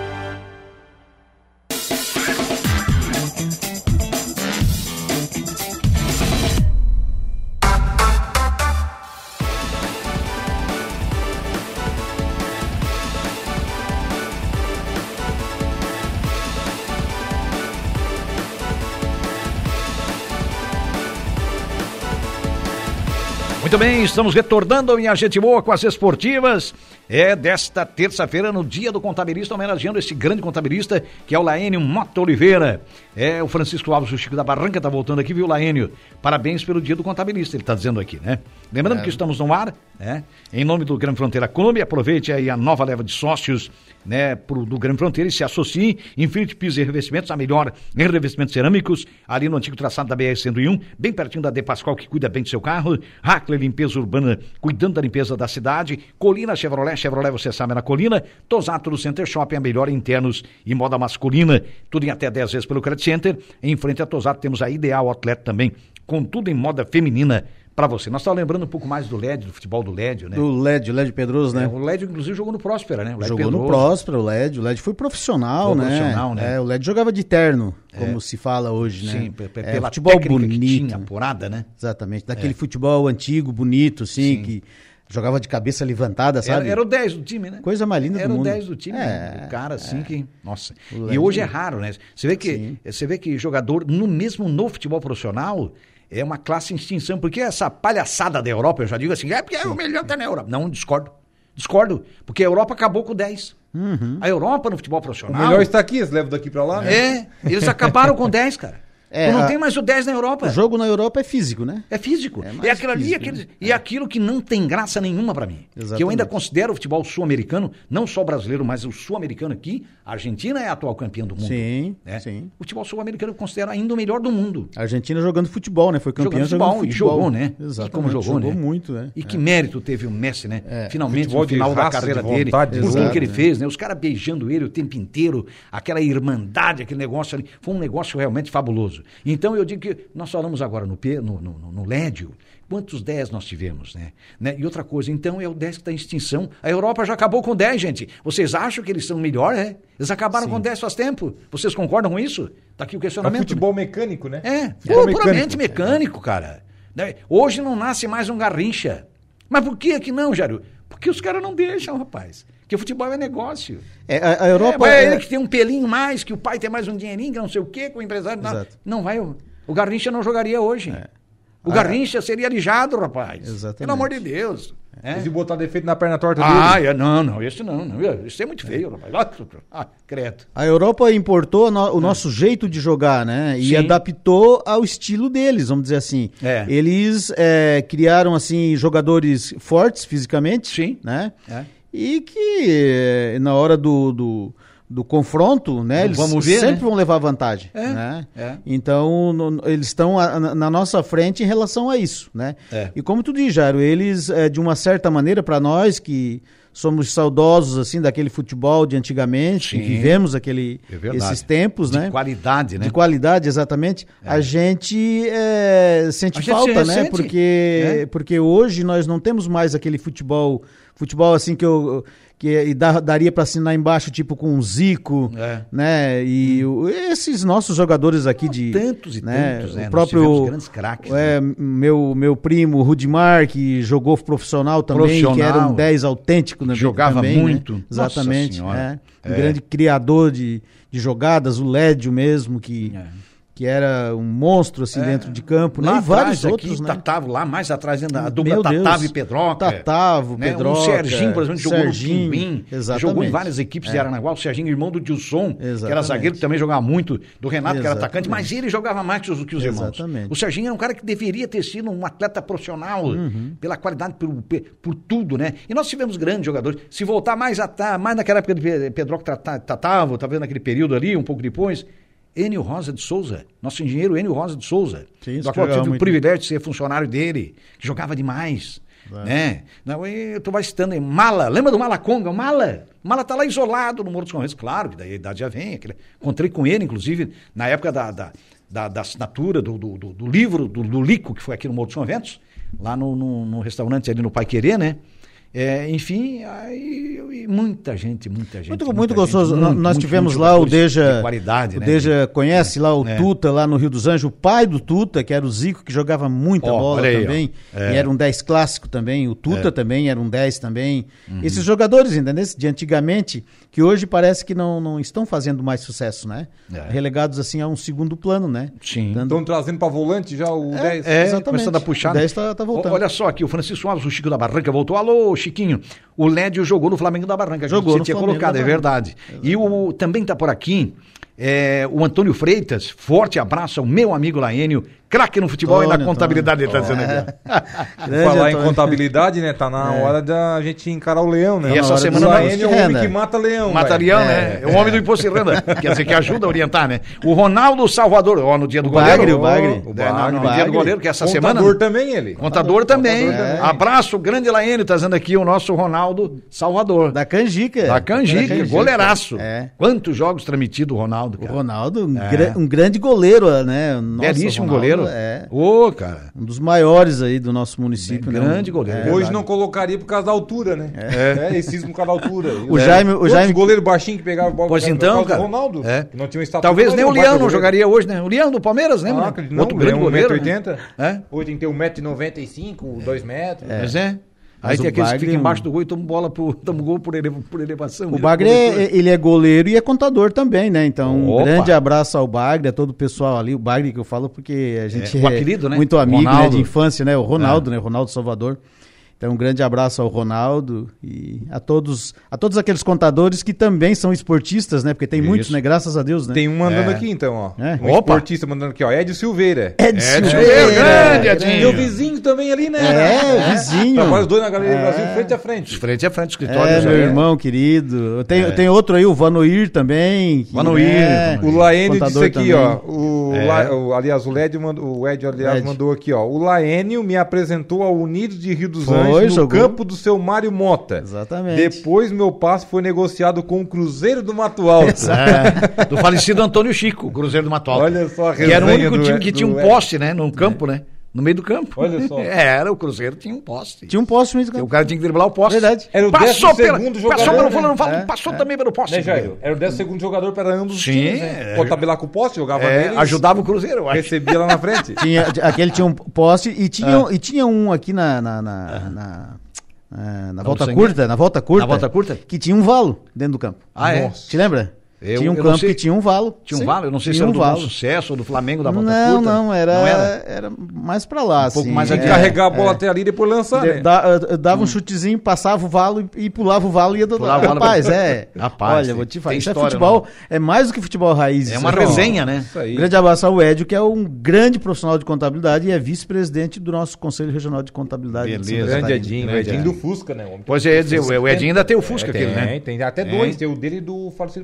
Muito bem, estamos retornando, minha gente boa, com as esportivas. É desta terça-feira, no dia do contabilista, homenageando esse grande contabilista, que é o Laênio Mota Oliveira. É, o Francisco Alves, o Chico da Barranca, tá voltando aqui, viu, Laênio? Parabéns pelo dia do contabilista, ele tá dizendo aqui, né? Lembrando é. que estamos no ar, né? Em nome do Grande Fronteira Clube, aproveite aí a nova leva de sócios, né, pro, do Grande Fronteira e se associe. Infinity Pisos e Revestimentos, a melhor em revestimentos cerâmicos, ali no antigo traçado da B R cento e um, bem pertinho da De Pascoal, que cuida bem do seu carro. Hackley Limpeza Urbana, cuidando da limpeza da cidade. Colina Chevrolet, Chevrolet, você sabe, na Colina. Tosato do Center Shopping, a melhor em internos e moda masculina, tudo em até dez vezes pelo Credit Center. Em frente a Tosato temos a Ideal Outlet também, com tudo em moda feminina para você. Nós estávamos lembrando um pouco mais do Lédio, do futebol do Lédio, né? Do Lédio, Lédio Pedroso, né? É, o Lédio, inclusive, jogou no Próspera, né? O jogou Pedroso. no Próspera, o Lédio. O Lédio foi profissional, né? Profissional, né? É, o Lédio jogava de terno, como é. se fala hoje, né? Sim, pela é, futebol bonito. Que tinha, apurada, né? Exatamente. Daquele é. futebol antigo, bonito, assim, Sim. que jogava de cabeça levantada, sabe? Era, era o dez do time, né? Coisa mais linda era do mundo. Era o dez do time, é, né? O cara, assim, é. que... Nossa. E hoje é raro, né? Você vê que, você vê que jogador, no mesmo no futebol profissional... É uma classe em extinção, porque essa palhaçada da Europa, eu já digo assim, é porque é o melhor tá na Europa. Não, discordo. Discordo, porque a Europa acabou com o dez. Uhum. A Europa no futebol profissional... O melhor está aqui, eles levam daqui pra lá, né? É, eles acabaram com o dez, cara. É, tu não a... tem mais o dez na Europa. O jogo na Europa é físico, né? É físico. É, é aquilo ali, aquele... né? E é aquilo que não tem graça nenhuma pra mim. Exatamente. Que eu ainda considero o futebol sul-americano, não só brasileiro, mas o sul-americano aqui. A Argentina é a atual campeã do mundo. Sim, né? sim. O futebol sul-americano eu considero ainda o melhor do mundo. A Argentina jogando futebol, né? Foi campeã jogando futebol. E jogou, né? Exatamente. E como jogou, jogou né? muito, né? E que é. mérito teve o Messi, né? É. Finalmente, futebol no final da raça, carreira de vontade, dele. Por tudo que ele né? fez, né? Os caras beijando ele o tempo inteiro, aquela irmandade, aquele negócio ali. Foi um negócio realmente fabuloso. Então eu digo que nós falamos agora no, no, no, no Lédio, quantos dez nós tivemos, né? né? E outra coisa, então é o dez que está em extinção. A Europa já acabou com dez, gente. Vocês acham que eles são melhor, é? Eles acabaram Sim. com dez faz tempo. Vocês concordam com isso? Tá aqui o questionamento. É futebol mecânico, né? É, é. puramente mecânico, cara. Hoje não nasce mais um Garrincha. Mas por que que não, Jário? Porque os caras não deixam, rapaz. Porque o futebol é negócio. É, a, a Europa... É, é ele que tem um pelinho mais, que o pai tem mais um dinheirinho, que não sei o quê, com o empresário... Não, não vai... O Garrincha não jogaria hoje. É. O ah, Garrincha seria alijado, rapaz. Exatamente. Pelo amor de Deus. É. E botar defeito na perna torta ah, dele. Ah, não, não, esse não, não. Isso é muito feio, rapaz. Ah, credo. A Europa importou no, o nosso hum. jeito de jogar, né? E Sim. adaptou ao estilo deles, vamos dizer assim. É. Eles é, criaram, assim, jogadores fortes fisicamente. Sim. Né? É. E que na hora do... do do confronto, né? Eles Vamos ver, sempre né? vão levar vantagem, é, né? É. Então, no, eles estão na, na nossa frente em relação a isso, né? É. E como tu diz, Jairo, eles, é, de uma certa maneira, para nós que somos saudosos, assim, daquele futebol de antigamente, Sim. vivemos aquele, É esses tempos, de né? qualidade, né? De qualidade, exatamente. É. A gente é, sente a falta, gente né? sente. Porque, é. porque hoje nós não temos mais aquele futebol, futebol assim que eu... que dá, daria para assinar embaixo, tipo com o Zico, é. né? E o, esses nossos jogadores aqui não, de... tantos e né? tantos, né? O próprio grandes craques. É, né? meu, meu primo Rudimar, que jogou profissional também, Profissional, que era um dez autêntico. Né? Jogava também, muito. Né? Exatamente. É. Um é. grande criador de, de jogadas, o Lédio mesmo, que... É. que era um monstro assim é, dentro de campo, lá né? E vários atrás, outros, aqui, né? Tatavo, lá mais atrás, a dupla Meu Tatavo Deus. e Pedroca. Tatavo, né? Pedroca. O Serginho, por exemplo, jogou Serginho, no Pimbim, exatamente. jogou em várias equipes é. de Aranaguá. O Serginho, irmão do Dilson, exatamente. que era zagueiro, que também jogava muito, do Renato, exatamente. que era atacante, mas ele jogava mais que os, que os irmãos. Exatamente. O Serginho era um cara que deveria ter sido um atleta profissional, uhum. pela qualidade, por, por tudo, né? E nós tivemos grandes jogadores. Se voltar mais, a, mais naquela época de Pedroca Tatavo, talvez naquele período ali, um pouco depois... Enio Rosa de Souza, nosso engenheiro Enio Rosa de Souza, Sim, do qual eu tive o privilégio de ser funcionário dele, que jogava demais, é. né? Não, eu tô citando aí, Mala, lembra do Malaconga? O Mala, o Mala tá lá isolado no Morro dos Conventos, claro que daí a idade já vem, aquele... encontrei com ele, inclusive, na época da, da, da, da assinatura do, do, do, do livro, do, do Lico, que foi aqui no Morro dos Conventos, lá no, no, no restaurante ali no Pai Querer, né? É, enfim, aí, muita gente, muita gente. Muito, muita muito gente, gostoso. muito, Nós muito, tivemos muito lá o Deja. De qualidade, o né? Deja conhece lá o é. Tuta, lá no Rio dos Anjos, o pai do Tuta, que era o Zico, que jogava muita oh, bola aí, também. é. E era um dez clássico também. O Tuta é. também era um dez também. Uhum. Esses jogadores, entendeu? De antigamente, que hoje parece que não, não estão fazendo mais sucesso, né? É. Relegados assim a um segundo plano, né? Sim. Dando... Estão trazendo para volante já o é, dez. É, exatamente. começando a puxar. O dez tá, tá voltando. Olha só aqui, o Francisco Alves, o Chico da Barranca voltou. Alô, Chiquinho. O Lédio jogou no Flamengo da Barranca. Jogou você no tinha Flamengo colocado, da é verdade. Exatamente. E o, também está por aqui é, o Antônio Freitas. Forte abraço ao meu amigo Laênio. Craque no futebol Antônio, e na contabilidade, ele tá dizendo aqui. Falar em contabilidade, né? Tá na é. hora da gente encarar o leão, né? E essa semana o Laênio é o homem que mata leão. Mata véio. leão, né? É o homem do imposto de renda. Quer dizer, que ajuda a orientar, né? O Ronaldo Salvador, ó, no dia do o goleiro. Bagre, o Bagre. O Bagre. Não, não, no dia do goleiro, que é essa Contador semana. Contador também, ele. Contador, Contador também. Contador É. Abraço, grande Laênio, tá dizendo aqui o nosso Ronaldo Salvador. Da Canjica. Da Canjica, da Canjica. Goleiraço. É. Quantos jogos transmitido o Ronaldo, cara? O Ronaldo, um, é. gra um grande goleiro, né? Nossa, belíssimo Ronaldo, goleiro. É. Ô, oh, cara. Um dos maiores aí do nosso município. Bem, né? Grande goleiro. É, Hoje não colocaria por causa da altura, né? É. É, esse por causa da altura. O é. Jaime... O Jaime... goleiro baixinho que pegava a bola pois então, cara. do Ronaldo. É. Não tinha um status. Talvez nem o Leão não jogaria hoje, né? O Leão do Palmeiras, lembra? Ah, não, outro grande goleiro. um metro e oitenta. Né? Hoje tem que ter um metro e noventa e cinco, dois metros. É. Mas é. Aí Mas tem aqueles Bagre, que ficam embaixo do gol e tomam bola por, tomam gol por, ele, por elevação. O Bagre, é, ele é goleiro e é contador também, né? Então, um Opa. grande abraço ao Bagre, a todo o pessoal ali. O Bagre que eu falo porque a gente é, é, o apelido, né? muito amigo, né, Ronaldo. de infância, né? O Ronaldo, é. né? O Ronaldo Salvador. Então, um grande abraço ao Ronaldo e a todos, a todos aqueles contadores que também são esportistas, né? Porque tem Isso. muitos, né? Graças a Deus, né? Tem um mandando É. aqui, então, ó. É. Um Opa. esportista mandando aqui, ó. Ed Silveira. Ed Ed Silveira, Silveira, grande, Edinho. E o vizinho também ali, né? É, o vizinho. Trabalha os dois na Galeria É. do Brasil, frente a frente. Frente a frente, escritório. É, já meu é. irmão querido. Tem, É. tem outro aí, o Vanoir também. que, Vanoir, né, Vanoir. O Laênio contador disse aqui, também. ó. O, É. La, o, aliás, o Lédio mandou, o Ed, aliás, Ed. mandou aqui, ó. O Laênio me apresentou ao Unidos de Rio dos Foi, Anjos no jogou. campo do seu Mário Mota. Exatamente. Depois meu passe foi negociado com o Cruzeiro do Mato Alto. É, do falecido Antônio Chico, o Cruzeiro do Mato Alto. Olha só a Que era o resenha único do- time que tinha um do- poste, né? Num campo, né? No meio do campo. Olha só. É, era, o Cruzeiro tinha um poste. Tinha um poste mesmo. O cara tinha que driblar o poste. Verdade. Era o Passou, décimo pela, segundo jogador, passou pelo né? fulano, É, passou é. também pelo poste. Né, Jairo? Era o décimo segundo jogador para ambos os Sim, times, né? é. Pode tabelar com o poste, jogava É, neles, ajudava o Cruzeiro, eu acho. recebia lá na frente. Tinha, aquele tinha um poste e tinha, Ah. e tinha um aqui na, na, na, na, na- na volta sangue? curta, na volta curta. Na volta curta? Que tinha um valo dentro do campo. Ah, é? Nossa. Te lembra? Eu- tinha um eu não campo sei. que tinha um valo. Tinha um Sim, valo? Eu não sei se tinha era um do valo. Bom Sucesso ou do Flamengo da volta Não, curta. não, era, Não era? era? mais pra lá, Um pouco assim. mais Tinha que É, carregar a bola até ali e depois lançar, De- né? da- eu dava um chutezinho, passava o valo e, e pulava o valo e ia do Pulava o valo Rapaz, pra- é. Rapaz, Olha, tem- vou te falar. tem Isso é história, futebol. É mais do que futebol raiz. É isso uma aqui, ó. resenha, né? Isso aí. Grande abraço ao Edio, que é um grande profissional de contabilidade e é vice-presidente do nosso Conselho Regional de Contabilidade. de Beleza. Santa Grande Catarina. Edinho, o Grande Edinho Edinho. do Fusca, né? O homem Pois é, ia dizer, o Edinho ainda tem o Fusca É, aquele, tem, né? Tem até É. dois, tem o dele e do falecido pai dele.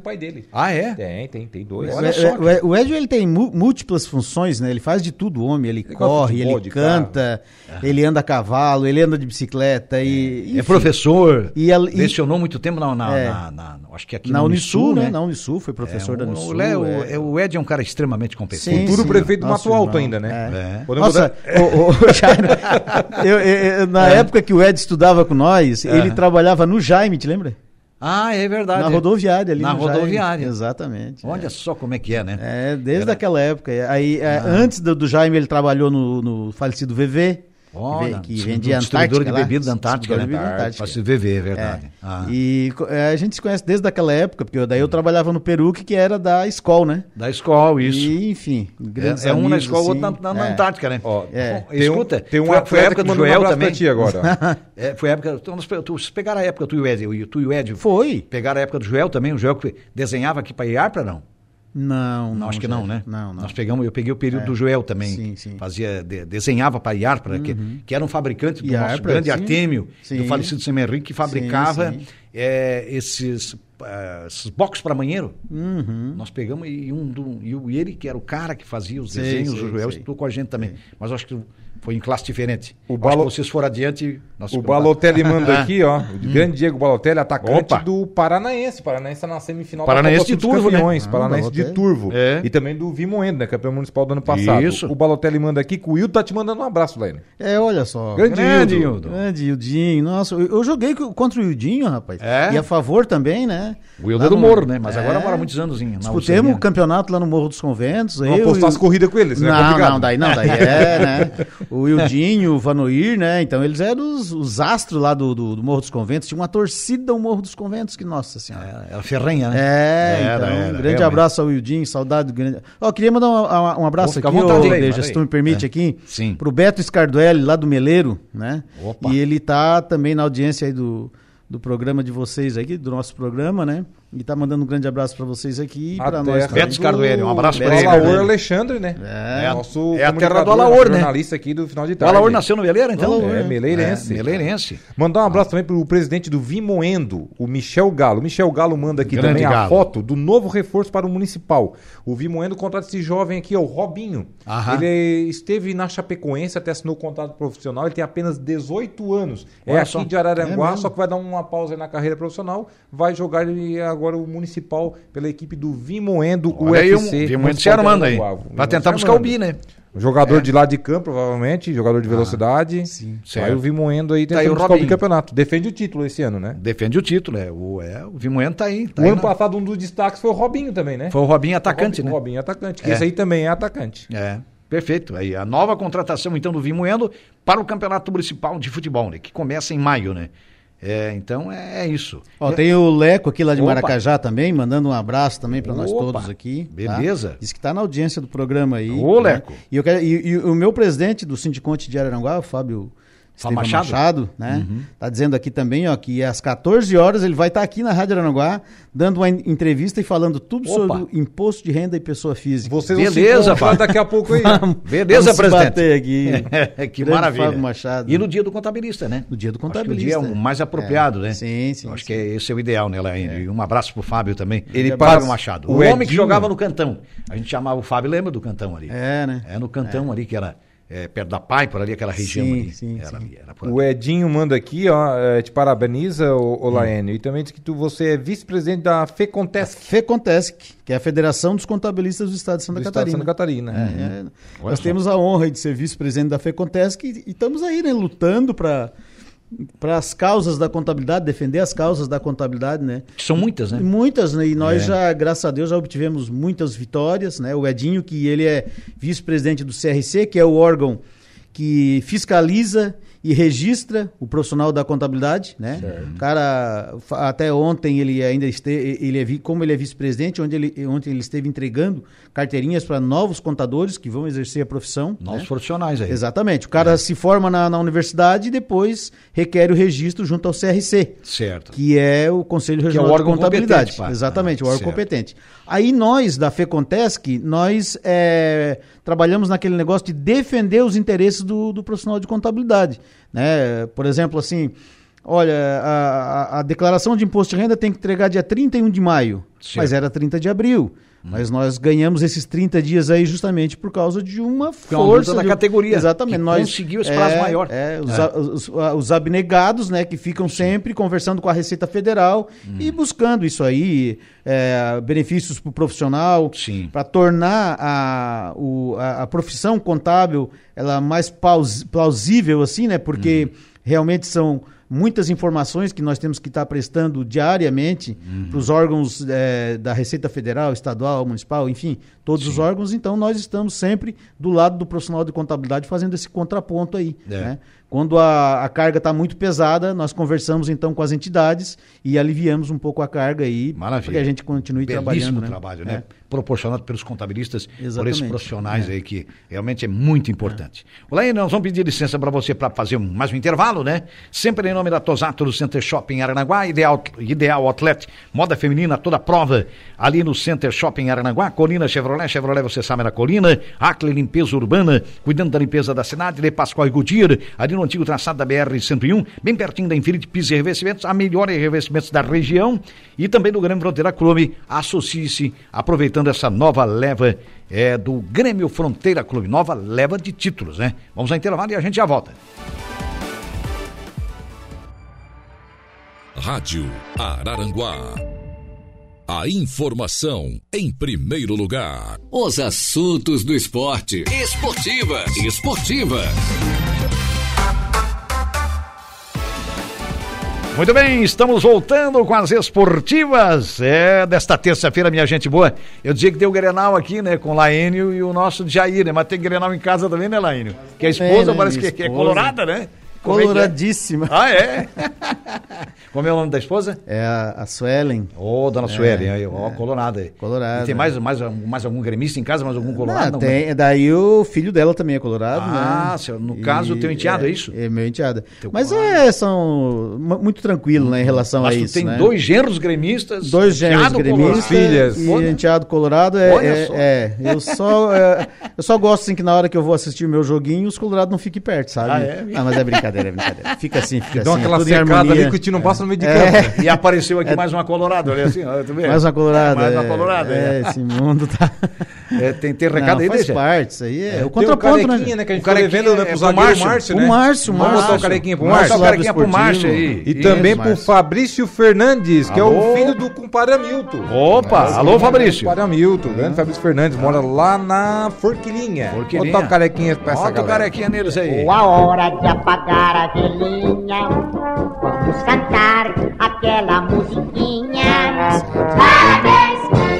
Ah, é? Tem, tem, tem dois. O, Olha só, o, o Edson, ele tem mu- múltiplas funções, né? Ele faz de tudo, homem. Ele, Ele gosta de corre, futebol, ele de canta, ele anda a cavalo, ele anda de bicicleta e... É enfim. professor, E a- e- lecionou muito tempo na, na, É. na- na- acho que aqui Na na Unisul, Unisul, né? né? Na Unisul, foi professor É, da o- Unisul. o, Léo, é. é, o Ed é um cara extremamente competente. Sim, Futuro sim, prefeito do nosso Mato Alto irmão. ainda, né? É. É. Podemos Nossa, botar- o, o Jairo, eu- eu- eu- na época que o Ed estudava com nós, ele trabalhava no Jaime, te lembra? Ah, é verdade. Na rodoviária ali. Na no Jaime. rodoviária. Exatamente. Olha é. só como é que é, né? É, desde Era- aquela época. Aí, é, antes do, do Jaime, ele trabalhou no, no falecido V V. Olha, que sim, vendia distribuidor Antártica de lá. bebida da Antártica, Distribuidor de né? bebida Antártica. Para se viver, é verdade. É. Ah. E co- é, a gente se conhece desde aquela época, porque eu- daí eu trabalhava no Peruque, que era da escola, né? Da escola, isso. E, enfim, grandes É, é um na amigos, escola, assim. outro na, na- na É. Antártica, né? Ó, É. Bom, Tem um- escuta, tem um foi, foi a atleta época que do mandou um Joel abraço também. pra ti agora. É, foi a época. Então, nós, tu, vocês pegaram a época, tu e o Ed, o- tu e o Ed. Foi? Pegaram a época do Joel também, o Joel que desenhava aqui para Iarpra, não? Não, Não, acho que não, Jair. né? Não, não. Nós pegamos, eu peguei o período É. do Joel também. Sim, sim. Fazia, de- desenhava para Iarpra, que, que era um fabricante do Iarpra, nosso grande sim. Artêmio, Sim. do falecido Semerric, que fabricava sim. é, esses, ah, esses boxes para banheiro. Uhum. Nós pegamos e, um do, e o- e ele, que era o cara que fazia os Sei, desenhos, sei, o Joel sei. estudou com a gente também. Mas eu acho que foi em classe diferente. O O Balo- Acho que vocês foram adiante. Nós O ficamos- Balotelli manda aqui, ó. O grande Diego Balotelli, atacante Opa. do Paranaense. Paranaense tá na semifinal Paranaense da Copa de dos Turvo, né? Campeões. Ah, Paranaense de Balotelli. Turvo. É. E também do Vimoendo, né? Campeão municipal do ano passado. Isso. O Balotelli manda aqui que o Will tá te mandando um abraço, Lene. É, olha só. Grande Grande Hildo. Hildo. Grande Ildinho. Nossa, eu, eu joguei co- contra o Ildinho, rapaz. É? E a favor também, né? O Wilder Lá do no- Morro, né? Mas É. agora mora muitos anos em na Disputemos Ucrânia. o campeonato lá no Morro dos Conventos. Vamos eu apostar e as o- corridas com eles, né? Não, Complicado. não, daí não, daí é, né? O Ildinho, o Vanoir, né? Então eles eram os, os astros lá do, do, do Morro dos Conventos. Tinha uma torcida do Morro dos Conventos que, nossa senhora. É, era ferrenha, né? É, Era, então, era, um grande realmente. abraço ao Wildinho, saudade do grande. Ó, queria mandar um, um abraço Vou ficar aqui, à vontade ô, aí, Deja, manda se aí. tu me permite É. aqui, Sim. pro Beto Scarduelli, lá do Meleiro, né? Opa. E ele tá também na audiência aí do, do programa de vocês aqui, do nosso programa, né? E tá mandando um grande abraço pra vocês aqui e A pra nós terra também. Beto Scarduelli, um abraço do pra ele. Alaor Alexandre, né? É. Nosso É a terra do comunicador, Alaor, né? jornalista aqui do final de O tarde. Alaor nasceu no Veleira, então? Alaor, É, é. meleirense. É, meleirense. Mandar um abraço também pro presidente do Vimoendo, o Michel Galo. O Michel Galo manda aqui Grande também a Galo. foto do novo reforço para o Municipal. O Vimoendo contrata esse jovem aqui, ó, o Robinho. Aham. Ele esteve na Chapecoense, até assinou o contrato profissional, ele tem apenas dezoito anos. É Olha aqui só. de Araranguá, É mesmo. só que vai dar uma pausa aí na carreira profissional. Vai jogar ele agora o Municipal pela equipe do Vimoendo, o Olha aí, U F C. um, muito se Municipal de armando aí. Araranguá. Vai tentar Se buscar o armando. Bi, né? Um jogador de lado de campo, provavelmente, jogador de velocidade. sim. Aí o Vimoendo aí Tá aí tentando o buscar o Robinho. bicampeonato. Defende o título esse ano, né? Defende o título, é. O, é, o Vimoendo tá aí. Tá o aí ano na- passado, um dos destaques foi o Robinho também, né? Foi o Robinho atacante, o né? Robinho, Robinho atacante, que É. esse aí também é atacante. É, perfeito. Aí a nova contratação, então, do Vimoendo para o Campeonato Municipal de Futebol, né? Que começa em maio, né? É, então é, é isso. Ó, tem o Leco aqui lá de Opa. Maracajá também, mandando um abraço também pra nós Opa. todos aqui. tá? Beleza. Diz que tá na audiência do programa aí. Ô, né? Leco. E, eu quero, e, e o meu presidente do Sindiconte de Araranguá, o Fábio Estevão Machado? Machado, né? Tá dizendo aqui também, ó, que às quatorze horas ele vai estar aqui na Rádio Araranguá, dando uma en- entrevista e falando tudo Opa. sobre o imposto de renda e pessoa física. Vocês vão Beleza, se encontrar Fábio. daqui a pouco aí. Beleza, Vamos se presidente. bater aqui. que Grande maravilha. Fábio Machado. E no dia do contabilista, né? No dia do Acho que contabilista. o dia é o mais apropriado, É. né? Sim, sim, Eu acho sim. que é- esse é o ideal, né, Laine? E um abraço pro Fábio também. Ele Fábio passa- Machado. o O, homem que Edinho. jogava no Cantão. A gente chamava o Fábio, lembra do Cantão ali? É, né? É no Cantão ali, que era é, perto da Pai, por ali, aquela região Sim, ali. sim, era, sim. ali, era por O ali. Edinho manda aqui, ó, é, te parabeniza, o, o Laênio. E também diz que tu, você é vice-presidente da FECONTESC, FECONTESC, que é a Federação dos Contabilistas do Estado de Santa do estado de Catarina. Santa Catarina. É, é. Olha Nós só. temos a honra de ser vice-presidente da FECONTESC e, e estamos aí, né, lutando para para as causas da contabilidade, defender as causas da contabilidade, né? Que são muitas, né? E muitas, né? E nós É. já, graças a Deus, já obtivemos muitas vitórias, né? O Edinho, que ele é vice-presidente do C R C, que é o órgão que fiscaliza e registra o profissional da contabilidade, né? O cara, fa- até ontem ele ainda esteve, ele é, vi- como ele é vice-presidente, onde ele, ontem ele esteve entregando carteirinhas para novos contadores que vão exercer a profissão. Novos né? profissionais aí. Exatamente. O cara se forma na, na universidade e depois requer o registro junto ao C R C, Certo. que é o Conselho é o Regional órgão de Contabilidade. competente, pá. Exatamente, Ah, o órgão certo. competente. Aí nós, da FECONTESC, nós é, trabalhamos naquele negócio de defender os interesses do, do profissional de contabilidade. Né? Por exemplo, assim, olha, a, a, a declaração de imposto de renda tem que entregar dia trinta e um de maio, certo. Mas era trinta de abril. Hum. Mas nós ganhamos esses trinta dias aí justamente por causa de uma Foi força... da de... categoria. Exatamente. Nós conseguiu esse prazo é, maior. É, os, é. Os, os abnegados, né, que ficam Sim. sempre conversando com a Receita Federal hum. e buscando isso aí, é, benefícios para o profissional, para tornar a, o, a, a profissão contábil ela mais plausível, assim, né, porque hum. realmente são... muitas informações que nós temos que estar prestando diariamente uhum. para os órgãos é, da Receita Federal, estadual, municipal, enfim, todos Sim. os órgãos. Então, nós estamos sempre do lado do profissional de contabilidade fazendo esse contraponto aí. É. Né? Quando a, a carga está muito pesada, nós conversamos então com as entidades e aliviamos um pouco a carga aí, para que a gente continue Belíssimo trabalhando. Né? trabalho, né? É. Proporcionado pelos contabilistas, Exatamente. por esses profissionais é. aí que realmente é muito importante. É. Olá, nós vamos pedir licença para você para fazer um, mais um intervalo, né? Sempre em nome da Tosato do Center Shopping Aranaguá, Ideal, Ideal Outlet, moda feminina, toda prova ali no Center Shopping Aranaguá, Colina Chevrolet, Chevrolet você sabe na Colina, Acre Limpeza Urbana, cuidando da limpeza da cidade, de Pascoal e Goodyear, ali no antigo traçado da B R cento e um, bem pertinho da Infinity Pisos e Revestimentos, a melhor em revestimentos da região e também do Grêmio Fronteira Clube. Associe-se, aproveitando essa nova leva é, do Grêmio Fronteira Clube, nova leva de títulos, né? Vamos ao intervalo e a gente já volta. Rádio Araranguá. A informação em primeiro lugar. Os assuntos do esporte. Esportivas. Esportivas. Muito bem, estamos voltando com as esportivas, é, desta terça-feira, minha gente boa. Eu dizia que tem o Grenal aqui, né, com o Laênio e o nosso Jair, né, mas tem Grenal em casa também, né, Laênio? Que a esposa é, parece que, que é colorada, né? Coloradíssima. Ah, é? Como é o nome da esposa? É a, a Suelen. Ô, oh, dona é, Suelen, aí, ó, é. colorada aí. Colorada. E tem mais, mais, mais algum gremista em casa, mais algum colorado? Não, tem, não? Daí o filho dela também é colorado, ah, né? no caso, o teu enteado, é, é isso? É, meu enteado. Teu Mas é, são muito tranquilo, né, em relação Mas a tu isso, tem né? dois genros gremistas. Dois genros gremistas. Filhas. E Olha. enteado colorado é... é, é eu, só, é, eu só gosto, assim, que na hora que eu vou assistir o meu joguinho, os colorados não fiquem perto, sabe? Ah, é? Ah, mas é brincadeira, é brincadeira. Fica assim, fica Dão assim. aquela secada ali que o tio não passa no meio de campo. É. E apareceu aqui é. mais uma colorada, olha assim, ó, tu vê? Mais uma colorada. É, mais uma colorada. É, é, esse mundo tá... É, tem, tem recado não, aí, faz deixa? parte, isso aí é, é o contraponto, né? né? Que a gente tá devendo né, pro zagueiro Márcio, né? O Márcio, Vamos botar o carequinha pro Márcio. Vamos botar o carequinha pro Márcio aí. E também pro Fabrício Fernandes, que é o filho do compadre Hamilton. Opa, alô Fabrício. Compadre Hamilton, grande Fabrício Fernandes, mora lá na Forquilinha. Forquilinha. Botar o carequinha pra essa galera. Bota o carequinha neles aí. A hora de apagar a velhinha, vamos cantar aquela musiquinha. Parabéns!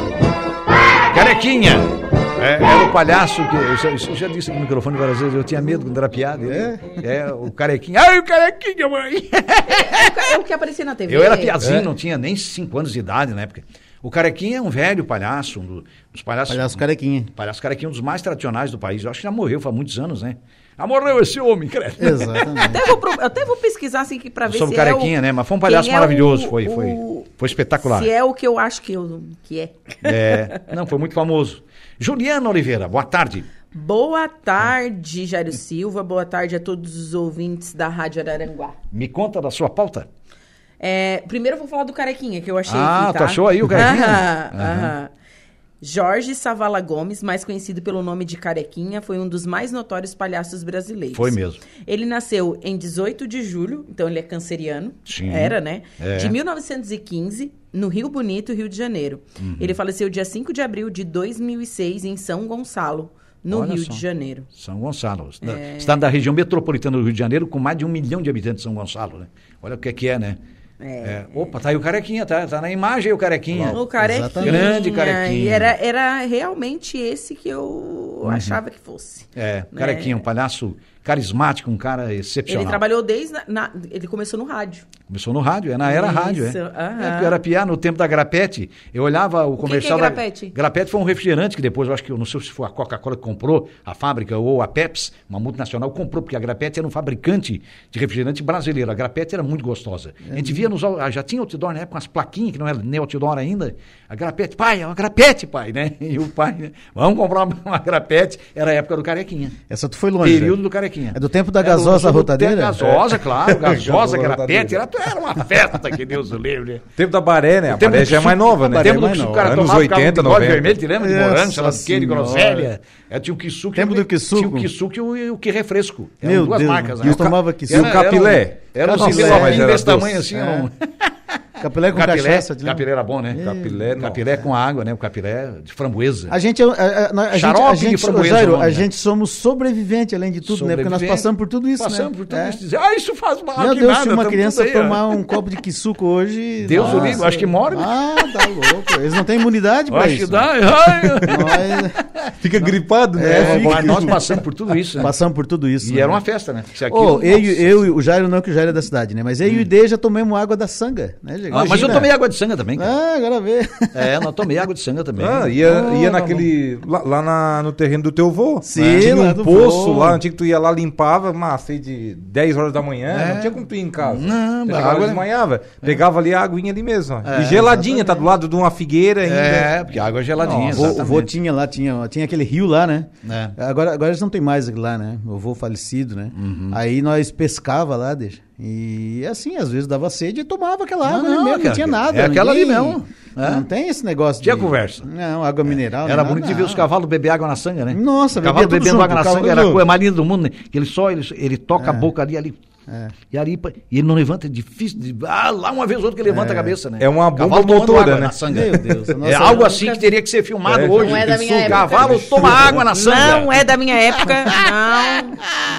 Carequinha! É, era o palhaço que. Eu já, eu já disse aqui no microfone várias vezes, eu tinha medo quando era piada. É, é o carequinha. Ai, o carequinha, mãe! É o que aparecia na T V. Eu era piazinho, é. não tinha nem cinco anos de idade na época. O Carequinha é um velho palhaço, um dos palhaços. Palhaço Carequinha. Palhaço Carequinha, um dos mais tradicionais do país. Eu acho que já morreu faz muitos anos, né? Ah, morreu esse homem, credo. Exatamente. até, vou, até vou pesquisar assim pra ver Sobre se Carequinha, é o, né? Mas foi um palhaço maravilhoso, é o, foi, foi, foi espetacular. Se é o que eu acho que, eu, que é. É. Não, foi muito famoso. Juliana Oliveira, boa tarde. Boa tarde, Jairo Silva. Boa tarde a todos os ouvintes da Rádio Araranguá. Me conta da sua pauta. É, primeiro eu vou falar do Carequinha, que eu achei Ah, aqui, tá? tu achou aí o Carequinha? Aham, aham. Jorge Savala Gomes, mais conhecido pelo nome de Carequinha, foi um dos mais notórios palhaços brasileiros. Foi mesmo. Ele nasceu em dezoito de julho, então ele é canceriano. Sim. Era, né? É. De mil novecentos e quinze, no Rio Bonito, Rio de Janeiro. Uhum. Ele faleceu dia cinco de abril de dois mil e seis, em São Gonçalo, no Olha Rio só. de Janeiro. São Gonçalo. É... Está da região metropolitana do Rio de Janeiro, com mais de um milhão de habitantes de São Gonçalo, né? Olha o que é que é, né? É, é. Opa, tá aí o Carequinha, tá, tá na imagem aí o Carequinha. O Carequinha. Exatamente. Grande Carequinha. E era, era realmente esse que eu uhum. achava que fosse. É, né? Carequinha, um palhaço carismático, um cara excepcional. Ele trabalhou desde... Na, na, ele começou no rádio. Começou no rádio, é na era Isso, rádio, é. Uh-huh. É porque eu era piá no tempo da Grapete, eu olhava o comercial... O que que é Grapete? Da... Grapete foi um refrigerante que depois, eu acho que, eu não sei se foi a Coca-Cola que comprou, a fábrica, ou a Pepsi, uma multinacional, comprou, porque a Grapete era um fabricante de refrigerante brasileiro. A Grapete era muito gostosa. É. A gente via nos... Já tinha outdoor na época, umas plaquinhas, que não era nem outdoor ainda. A Grapete, pai, é uma Grapete, pai, né? E o pai, né? Vamos comprar uma, uma Grapete. Era a época do Carequinha. Essa tu foi longe. Período né? do Carequinha. carequinha. É do tempo da gasosa rotadeira? Gasosa, claro, gasosa, que era pet, era, era uma festa, que Deus o livre. Tempo da Baré, né? A Baré já é mais nova, né? Tempo do que o cara anos tomava oitenta, um noventa. vermelho, te lembra? De morango, sei lá, Nossa de quê, de groselha. É, tinha o Kisuke. Tempo do Kisuke. Tinha o Kisuke e o, o que refresco. Eram Meu duas Deus, marcas, né? eu tomava Kisuke. E o Capilé? Era um Nossa, envelopinho era desse doce. tamanho assim. É. Um... Capilé com Capilé, cachaça. de capilé era bom, né? Capilé, não. Capilé com água, né? O capilé de framboesa. A gente, a, a, a, a Xarope gente, a de gente, framboesa, Jairo, o nome, a né? gente somos sobrevivente além de tudo, né? Porque nós passamos por tudo isso, Passamos né? por tudo É. isso. Dizer, ah, isso faz mal, Meu que Deus, nada, se uma tamo criança tudo aí, ó. tomar um copo de quisuco hoje... Deus o nossa. livre, acho que morre, né? Ah, tá louco. Eles não têm imunidade pra Acho isso. que dá. Ai, Nós Fica gripado, né? É, fica. Mas nós passamos por tudo isso, né? passamos por tudo isso. E né? era uma festa, né? Se Ô, aquilo- eu, Nossa. eu e o Jairo, não que o Jairo é da cidade, né? Mas eu e o Ide já tomamos água da sanga, né, Diego? Ah, mas eu Imagina. tomei água de sanga também, cara. Ah, agora vê. É, nós tomei água de sanga também. Ah, ia, Ah, ia não, naquele. Lá, lá na- no terreno do teu vô. Sim, né? Tinha lá um do poço vô. lá, antigo que tu ia lá, limpava, mas sei de dez horas da manhã, não tinha como tu ir em casa. Não, Você a chegava, água- desmanhava. Pegava ali a aguinha ali mesmo. Ó. É, e geladinha, tá do lado de uma figueira ainda. É, porque a água é geladinha, O vô- o vô exatamente. tinha lá, tinha, tinha aquele rio lá, né? É. Agora, agora eles não tem mais aquilo lá, né? O vô falecido, né? Uhum. Aí nós pescava lá, deixa. E assim, às vezes dava sede e tomava aquela Não, água não, ali mesmo, cara, não tinha nada. é aquela ali ninguém- mesmo, é. Não tem esse negócio Tinha de... conversa. Não, água mineral. Era nem bonito nada, de ver os não. cavalos beber água na sanga, né? Nossa, o cavalo bebia tudo bebendo junto, água na cavalo sanga era a junto. coisa mais linda do mundo, né? Que ele só, ele, ele toca a boca ali, ali. É. E ali, e ele não levanta, é difícil. De, ah, lá uma vez ou outra que levanta a cabeça, né? É uma bomba Cavalo tomando motora, água né? na sanga. Meu Deus, a É nossa- algo assim que teria que ser filmado É. hoje. Não é da minha O época. cavalo toma água na sanga. Não é da minha época, não.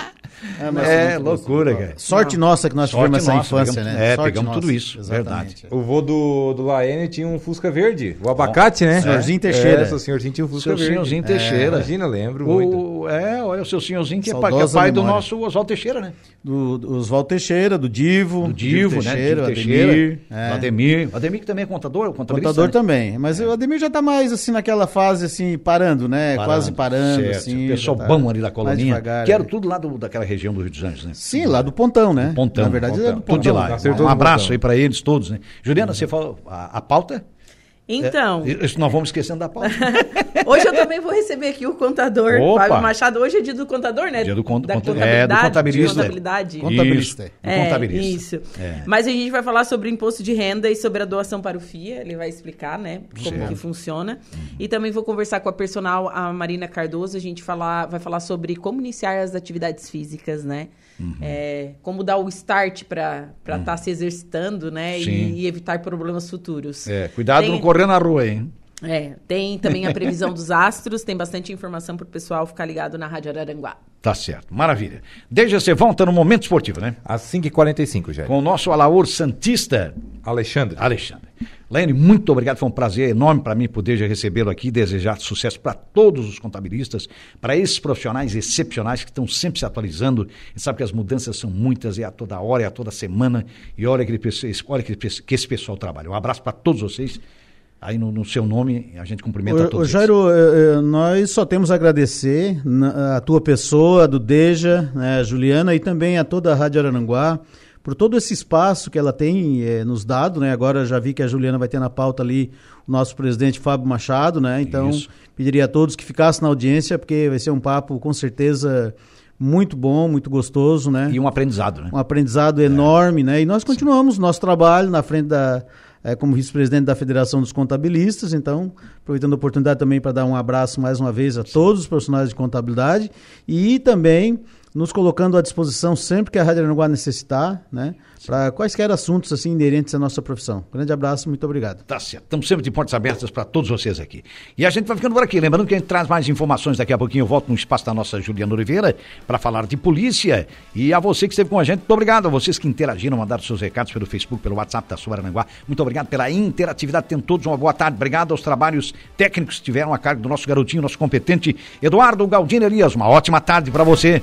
É, mas É, muito loucura, gostoso. cara. Sorte nossa que nós Sorte tivemos essa nossa, infância, pegamos- né? é, Sorte pegamos nossa, tudo isso, exatamente. O vô do, do Laene tinha um Fusca verde, o abacate, né? Senhorzinho É, Teixeira. É, seu senhorzinho tinha um Fusca Seu verde. senhorzinho Teixeira. Imagina, lembro muito. O, é, olha o seu senhorzinho que é, pai, que é Saudosa pai do memória. nosso Oswaldo Teixeira, né? Do, do Oswaldo Teixeira, do Divo. Do Divo, né? Teixeira, Divo o Teixeira. Ademir. O é. Ademir. O Ademir que também é contador, contabilista. Contador né? também. Mas o Ademir já tá mais assim naquela fase assim, parando, né? Parando, Quase parando, certo. assim. O pessoal já tá bom ali da mais colonia. devagar, Que era né? tudo lá do, daquela região do Rio dos Anjos, né? Sim, lá do Pontão, né? Pontão. Na verdade, Pontão. é do Tudo de Pontão. lá. Acertou Um do abraço Pontão. aí pra eles todos, né? Juliana, você falou a, a pauta? Então, É, isso nós vamos esquecendo da pauta. hoje eu também vou receber aqui o contador, Opa! Fábio Machado. Hoje é dia do contador, né? Dia do cont- da conta- contabilidade. é, do contabilista. de contabilidade. Contabilista. Isso, do É, contabilista. isso. É. Mas a gente vai falar sobre o imposto de renda e sobre a doação para o F I A. Ele vai explicar, né, como Certo. que funciona. E também vou conversar com a personal, a Marina Cardoso. A gente falar, vai falar sobre como iniciar as atividades físicas, né? Uhum. É, como dar o start para estar se exercitando, né? Sim. E, e evitar problemas futuros. É, cuidado Tem- não correr na rua, hein? É, tem também a previsão dos astros, tem bastante informação para o pessoal ficar ligado na Rádio Araranguá. Tá certo, maravilha. Desde você volta no Momento Esportivo, né? Às cinco e quarenta e cinco, já. Com o nosso Alaor Santista, Alexandre. Alexandre. Laine, muito obrigado, foi um prazer enorme para mim poder já recebê-lo aqui, desejar sucesso para todos os contabilistas, para esses profissionais excepcionais que estão sempre se atualizando. E sabe que as mudanças são muitas, é a toda hora, é a toda semana, e olha que, ele, olha que, que esse pessoal trabalha. Um abraço para todos vocês. Aí no, no seu nome, a gente cumprimenta a O, todos. o Jairo, eh, eh, nós só temos a agradecer na- a tua pessoa, a do Deja, né, a Juliana e também a toda a Rádio Araranguá por todo esse espaço que ela tem eh, nos dado, né? Agora já vi que a Juliana vai ter na pauta ali o nosso presidente Fábio Machado, né? Então Isso. pediria a todos que ficassem na audiência, porque vai ser um papo com certeza muito bom, muito gostoso, né? E um aprendizado, né? Um aprendizado enorme, né? E nós continuamos nosso trabalho na frente da, é, como vice-presidente da Federação dos Contabilistas, então, aproveitando a oportunidade também para dar um abraço mais uma vez a todos os profissionais de contabilidade e também nos colocando à disposição sempre que a Rádio Araranguá necessitar, né? Para quaisquer assuntos assim inerentes à nossa profissão. Grande abraço, muito obrigado. Tá certo. Estamos sempre de portas abertas para todos vocês aqui. E a gente vai ficando por aqui. Lembrando que a gente traz mais informações daqui a pouquinho. Eu volto no espaço da nossa Juliana Oliveira para falar de polícia. E a você que esteve com a gente, muito obrigado. A vocês que interagiram, mandaram seus recados pelo Facebook, pelo WhatsApp da sua Araranguá. Muito obrigado pela interatividade. Tenham todos uma boa tarde. Obrigado aos trabalhos técnicos que estiveram a cargo do nosso garotinho, nosso competente Eduardo Galdino Elias. Uma ótima tarde para você.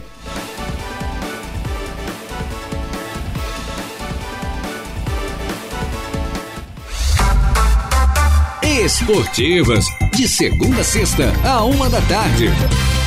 Esportivas, de segunda a sexta, a uma da tarde.